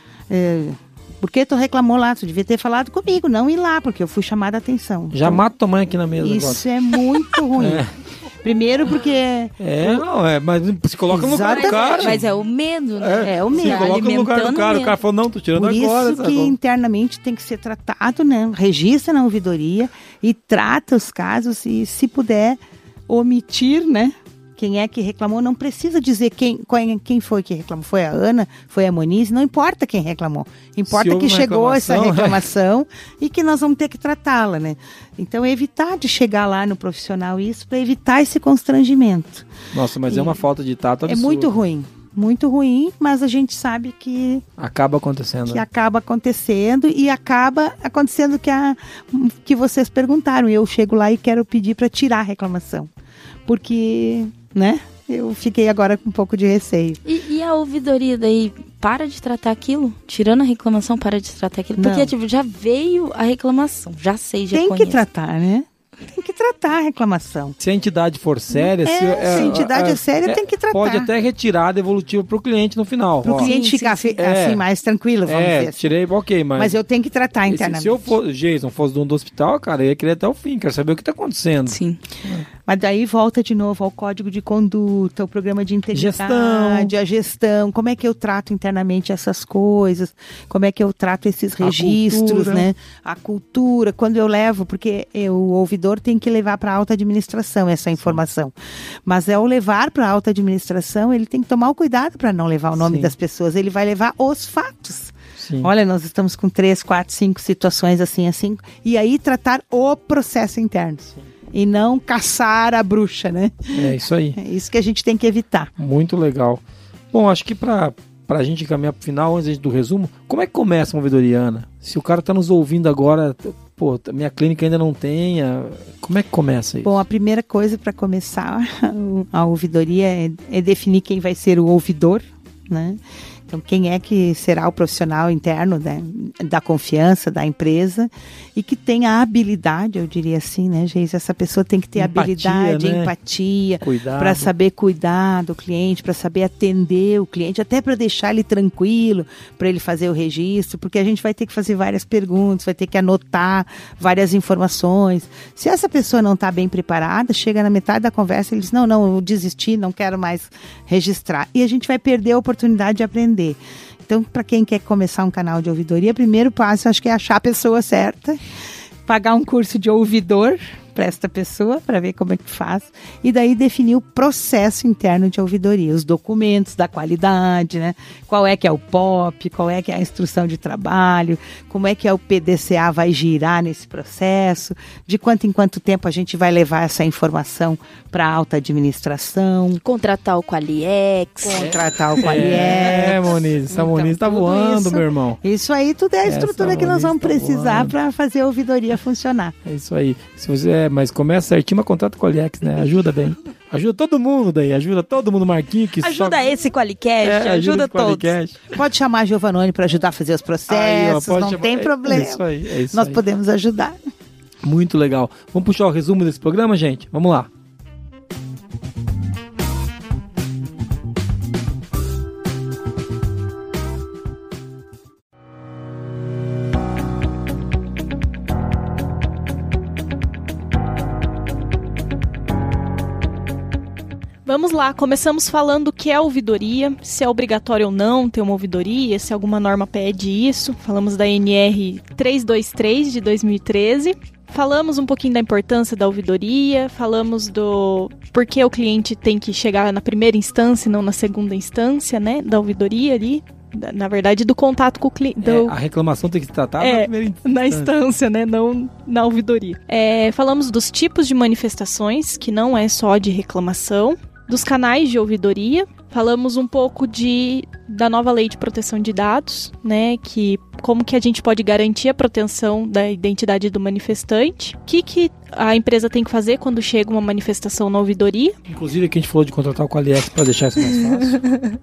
[SPEAKER 5] É, por que tu reclamou lá? Tu devia ter falado comigo, não ir lá, porque eu fui chamada a atenção.
[SPEAKER 1] Já
[SPEAKER 5] então,
[SPEAKER 1] mata tua mãe aqui na mesa
[SPEAKER 5] isso
[SPEAKER 1] agora.
[SPEAKER 5] é muito ruim.
[SPEAKER 1] É.
[SPEAKER 5] Primeiro porque...
[SPEAKER 1] É, não, é, mas se coloca no lugar do
[SPEAKER 5] Exatamente.
[SPEAKER 1] cara.
[SPEAKER 4] Mas é o medo, né?
[SPEAKER 5] É o
[SPEAKER 1] Se
[SPEAKER 5] medo.
[SPEAKER 1] coloca no lugar do
[SPEAKER 4] alimentando
[SPEAKER 1] cara, o
[SPEAKER 4] medo.
[SPEAKER 1] cara falou, não, tô tirando
[SPEAKER 5] Por
[SPEAKER 1] agora.
[SPEAKER 5] isso
[SPEAKER 1] sabe?
[SPEAKER 5] que internamente tem que ser tratado, né? Registra na ouvidoria e trata os casos, e se puder omitir, né? Quem é que reclamou, não precisa dizer quem, quem foi que reclamou. Foi a Ana, foi a Moniz, não importa quem reclamou. Importa
[SPEAKER 1] Se houve
[SPEAKER 5] que
[SPEAKER 1] uma
[SPEAKER 5] chegou essa
[SPEAKER 1] reclamação,
[SPEAKER 5] reclamação e que nós vamos ter que tratá-la, né? Então, evitar de chegar lá no profissional isso, para evitar esse constrangimento.
[SPEAKER 1] Nossa, mas
[SPEAKER 5] E
[SPEAKER 1] é uma falta de tato
[SPEAKER 5] É
[SPEAKER 1] absurda.
[SPEAKER 5] muito ruim, muito ruim, mas a gente sabe que
[SPEAKER 1] Acaba acontecendo.
[SPEAKER 5] que acaba acontecendo, e acaba acontecendo que, a, que vocês perguntaram. Eu chego lá e quero pedir para tirar a reclamação. Porque, né, eu fiquei agora com um pouco de receio.
[SPEAKER 4] E, e a ouvidoria daí para de tratar aquilo? Tirando a reclamação, para de tratar aquilo? Porque
[SPEAKER 5] Não.
[SPEAKER 4] tipo, já veio a reclamação, já sei, já
[SPEAKER 5] Tem
[SPEAKER 4] conheço.
[SPEAKER 5] que tratar, né? Tem que tratar a reclamação.
[SPEAKER 1] Se a entidade for séria...
[SPEAKER 5] É,
[SPEAKER 1] se,
[SPEAKER 5] se a entidade é séria, tem que tratar.
[SPEAKER 1] Pode até retirar a devolutiva pro cliente no final.
[SPEAKER 5] Para o
[SPEAKER 1] Ó,
[SPEAKER 5] cliente
[SPEAKER 4] Sim,
[SPEAKER 5] ficar
[SPEAKER 4] sim,
[SPEAKER 5] fi-
[SPEAKER 1] sim.
[SPEAKER 5] assim
[SPEAKER 1] É.
[SPEAKER 5] mais tranquilo, vamos
[SPEAKER 1] É,
[SPEAKER 5] dizer assim.
[SPEAKER 1] tirei, ok, mas...
[SPEAKER 5] Mas eu tenho que tratar
[SPEAKER 1] se,
[SPEAKER 5] internamente.
[SPEAKER 1] se eu for, Jason, fosse dono do hospital, cara, eu ia querer até o fim, quero saber o que tá acontecendo.
[SPEAKER 4] Sim.
[SPEAKER 5] Mas daí volta de novo ao código de conduta, o programa de integridade,
[SPEAKER 1] Gestão.
[SPEAKER 5] a gestão, como é que eu trato internamente essas coisas, como é que eu trato esses
[SPEAKER 1] A
[SPEAKER 5] registros,
[SPEAKER 1] cultura.
[SPEAKER 5] né? A cultura, quando eu levo, porque eu, o ouvidor tem que levar para a alta administração essa informação. Mas ao levar para a alta administração, ele tem que tomar o cuidado para não levar o nome
[SPEAKER 1] Sim.
[SPEAKER 5] das pessoas, ele vai levar os fatos.
[SPEAKER 1] Sim.
[SPEAKER 5] Olha, nós estamos com três, quatro, cinco situações assim, assim, e aí tratar o processo interno. E não caçar a bruxa, né?
[SPEAKER 1] É isso aí.
[SPEAKER 5] É isso que a gente tem que evitar.
[SPEAKER 1] Muito legal. Bom, acho que pra, pra gente caminhar pro final, antes do resumo, como é que começa uma ouvidoria, Ana? Se o cara tá nos ouvindo agora, pô, minha clínica ainda não tem, a- como é que começa isso?
[SPEAKER 5] Bom, a primeira coisa para começar a ouvidoria é, é definir quem vai ser o ouvidor, né? Então, quem é que será o profissional interno, né, da confiança da empresa e que tenha a habilidade, eu diria assim, né, Geise? Essa pessoa tem que ter
[SPEAKER 1] Empatia,
[SPEAKER 5] habilidade,
[SPEAKER 1] né?
[SPEAKER 5] empatia,
[SPEAKER 1] Cuidado.
[SPEAKER 5] para saber cuidar do cliente, para saber atender o cliente, até para deixar ele tranquilo, para ele fazer o registro, porque a gente vai ter que fazer várias perguntas, vai ter que anotar várias informações. Se essa pessoa não está bem preparada, chega na metade da conversa e ele diz, não, não, eu desisti, não quero mais registrar. E a gente vai perder a oportunidade de aprender. Então, para quem quer começar um canal de ouvidoria, primeiro passo, acho que é achar a pessoa certa, pagar um curso de ouvidor para esta pessoa, para ver como é que faz, e daí definir o processo interno de ouvidoria, os documentos da qualidade, né? Qual é que é o P O P, qual é que é a instrução de trabalho, como é que é o P D C A vai girar nesse processo, de quanto em quanto tempo a gente vai levar essa informação para a alta administração.
[SPEAKER 4] Contratar o Qualiex.
[SPEAKER 5] Contratar o Qualiex.
[SPEAKER 1] É, Moniz, essa
[SPEAKER 5] Então,
[SPEAKER 1] Moniz tá
[SPEAKER 5] tudo
[SPEAKER 1] voando,
[SPEAKER 5] isso-
[SPEAKER 1] meu irmão.
[SPEAKER 5] Isso aí tudo é a
[SPEAKER 1] Essa
[SPEAKER 5] estrutura que nós
[SPEAKER 1] Moniz
[SPEAKER 5] vamos
[SPEAKER 1] tá
[SPEAKER 5] precisar
[SPEAKER 1] voando.
[SPEAKER 5] para fazer a ouvidoria funcionar.
[SPEAKER 1] É isso aí. Se você é, mas começa certinho, mas contrata com o Qualiex, né? Ajuda bem. Ajuda todo mundo daí, ajuda todo mundo, Marquinho, que
[SPEAKER 4] Ajuda
[SPEAKER 1] só...
[SPEAKER 4] esse Qualicast,
[SPEAKER 1] É,
[SPEAKER 4] ajuda
[SPEAKER 1] esse
[SPEAKER 4] todos.
[SPEAKER 1] Qualicast.
[SPEAKER 5] Pode chamar a Giovanoni para ajudar a fazer os
[SPEAKER 1] Aí, ó,
[SPEAKER 5] processos,
[SPEAKER 1] pode
[SPEAKER 5] não
[SPEAKER 1] chamar-
[SPEAKER 5] tem
[SPEAKER 1] é-
[SPEAKER 5] problema.
[SPEAKER 1] É isso aí, é isso
[SPEAKER 5] Nós
[SPEAKER 1] aí.
[SPEAKER 5] podemos ajudar.
[SPEAKER 1] Muito legal. Vamos puxar o resumo desse programa, gente? Vamos lá.
[SPEAKER 3] Vamos lá, começamos falando o que é ouvidoria, se é obrigatório ou não ter uma ouvidoria, se alguma norma pede isso. Falamos da N R trezentos e vinte e três de dois mil e treze. Falamos um pouquinho da importância da ouvidoria, falamos do porquê o cliente tem que chegar na primeira instância e não na segunda instância, né, da ouvidoria ali. Da- Na verdade, do contato com o cliente.
[SPEAKER 1] É, a reclamação tem que se tratar
[SPEAKER 3] É,
[SPEAKER 1] na primeira instância.
[SPEAKER 3] Na instância, né? Não na ouvidoria. É, falamos dos tipos de manifestações, que não é só de reclamação. Dos canais de ouvidoria. Falamos um pouco de, da nova lei de proteção de dados, né? Que como que a gente pode garantir a proteção da identidade do manifestante. O que, que a empresa tem que fazer quando chega uma manifestação na ouvidoria.
[SPEAKER 1] Inclusive aqui a gente falou de contratar o Qualiex para deixar isso mais fácil.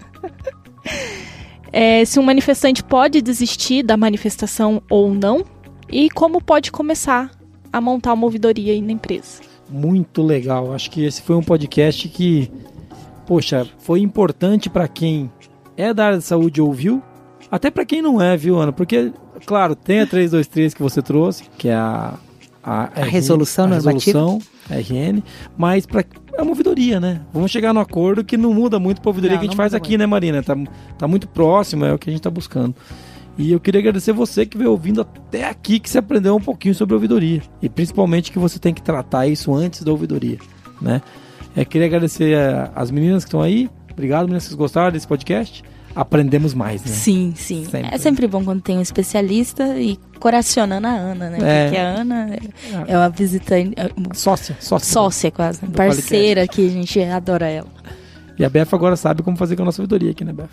[SPEAKER 3] É, se um manifestante pode desistir da manifestação ou não. E como pode começar a montar uma ouvidoria aí na empresa.
[SPEAKER 1] Muito legal. Acho que esse foi um podcast que, poxa, foi importante para quem é da área de saúde e ouviu, até para quem não é, viu, Ana? Porque, claro, tem a trezentos e vinte e três que você trouxe, que é a, a,
[SPEAKER 5] A resolução
[SPEAKER 1] a
[SPEAKER 5] normativa.
[SPEAKER 1] resolução, a R N, mas pra, é uma ouvidoria, né? Vamos chegar no acordo que não muda muito para a ouvidoria
[SPEAKER 5] Não,
[SPEAKER 1] que a gente
[SPEAKER 5] não
[SPEAKER 1] faz
[SPEAKER 5] muda
[SPEAKER 1] aqui,
[SPEAKER 5] muito.
[SPEAKER 1] né, Marina? Tá, tá muito próximo, é o que a gente tá buscando. E eu queria agradecer você que veio ouvindo até aqui, que você aprendeu um pouquinho sobre ouvidoria. E principalmente que você tem que tratar isso antes da ouvidoria, né? Eu queria agradecer a- as meninas que estão aí. Obrigado, meninas, vocês gostaram desse podcast? Aprendemos mais, né?
[SPEAKER 4] Sim, sim.
[SPEAKER 1] Sempre.
[SPEAKER 4] É sempre bom quando tem um especialista e coracionando a Ana, né?
[SPEAKER 1] É.
[SPEAKER 4] Porque a Ana é- é uma visitante, é uma
[SPEAKER 1] Sócia, sócia.
[SPEAKER 4] sócia quase,
[SPEAKER 1] Do
[SPEAKER 4] parceira que a gente adora ela.
[SPEAKER 1] E a Beth agora sabe como fazer com a nossa ouvidoria aqui, né, Beth?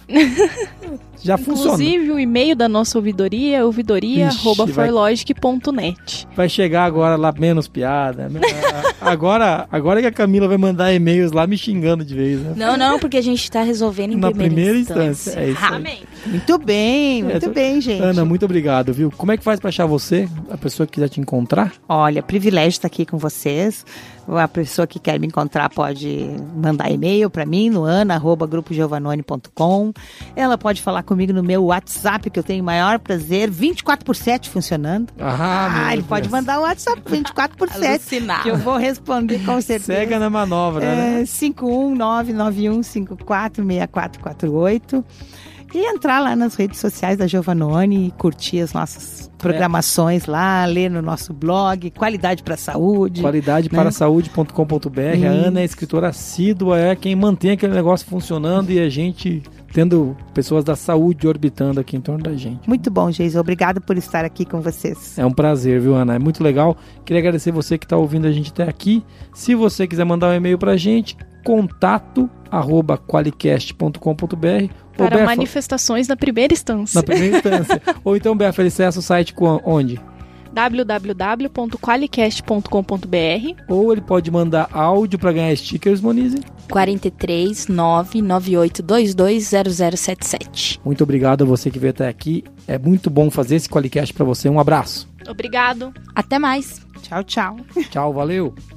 [SPEAKER 1] Já funciona.
[SPEAKER 3] Inclusive, o e-mail da nossa ouvidoria é ouvidoria arroba
[SPEAKER 1] Ixi, vai-
[SPEAKER 3] forlogic ponto net.
[SPEAKER 1] Vai chegar agora lá menos piada. né? agora, agora que a Camila vai mandar e-mails lá me xingando de vez, né?
[SPEAKER 4] Não, não, porque a gente tá resolvendo em
[SPEAKER 1] Na
[SPEAKER 4] primeira,
[SPEAKER 1] primeira
[SPEAKER 4] instância.
[SPEAKER 1] instância, é isso aí.
[SPEAKER 3] Amém.
[SPEAKER 5] Muito bem, muito
[SPEAKER 1] É, tô-
[SPEAKER 5] bem, gente.
[SPEAKER 1] Ana, muito obrigado, viu? Como é que faz pra achar você, a pessoa que quiser te encontrar?
[SPEAKER 5] Olha, privilégio estar aqui com vocês. A pessoa que quer me encontrar pode mandar e-mail para mim no ana arroba grupo giovanoni ponto com. Ela pode falar comigo no meu WhatsApp, que eu tenho o maior prazer, vinte e quatro por sete funcionando.
[SPEAKER 1] Ah, meu
[SPEAKER 5] Ah, ele
[SPEAKER 1] Deus.
[SPEAKER 5] pode mandar o WhatsApp vinte e quatro por sete,
[SPEAKER 4] Alucinar.
[SPEAKER 5] que eu vou responder com certeza.
[SPEAKER 1] Cega na manobra, né?
[SPEAKER 5] É, cinco um nove nove um cinco quatro seis quatro quatro oito. E entrar lá nas redes sociais da Giovanoni, curtir as nossas programações lá, ler no nosso blog, Qualidade para a Saúde.
[SPEAKER 1] qualidade para a saúde ponto com ponto b r. A Ana é escritora assídua, é quem mantém aquele negócio funcionando e a gente tendo pessoas da saúde orbitando aqui em torno da gente.
[SPEAKER 5] Muito bom, Geisa. Obrigada por estar aqui com vocês.
[SPEAKER 1] É um prazer, viu, Ana? É muito legal. Queria agradecer você que está ouvindo a gente até aqui. Se você quiser mandar um e-mail pra gente, contato arroba qualicast ponto com ponto b r.
[SPEAKER 3] Para
[SPEAKER 1] Befa,
[SPEAKER 3] manifestações na primeira instância.
[SPEAKER 1] na primeira instância. Ou então, Befa, ele acessa o site com onde?
[SPEAKER 3] w w w ponto qualicast ponto com ponto b r.
[SPEAKER 1] Ou ele pode mandar áudio para ganhar stickers, Monize.
[SPEAKER 4] quatro três nove nove oito dois dois zero zero sete sete.
[SPEAKER 1] Muito obrigado a você que veio até aqui. É muito bom fazer esse Qualicast para você. Um abraço.
[SPEAKER 3] Obrigado.
[SPEAKER 4] Até mais.
[SPEAKER 5] Tchau, tchau.
[SPEAKER 1] Tchau, valeu.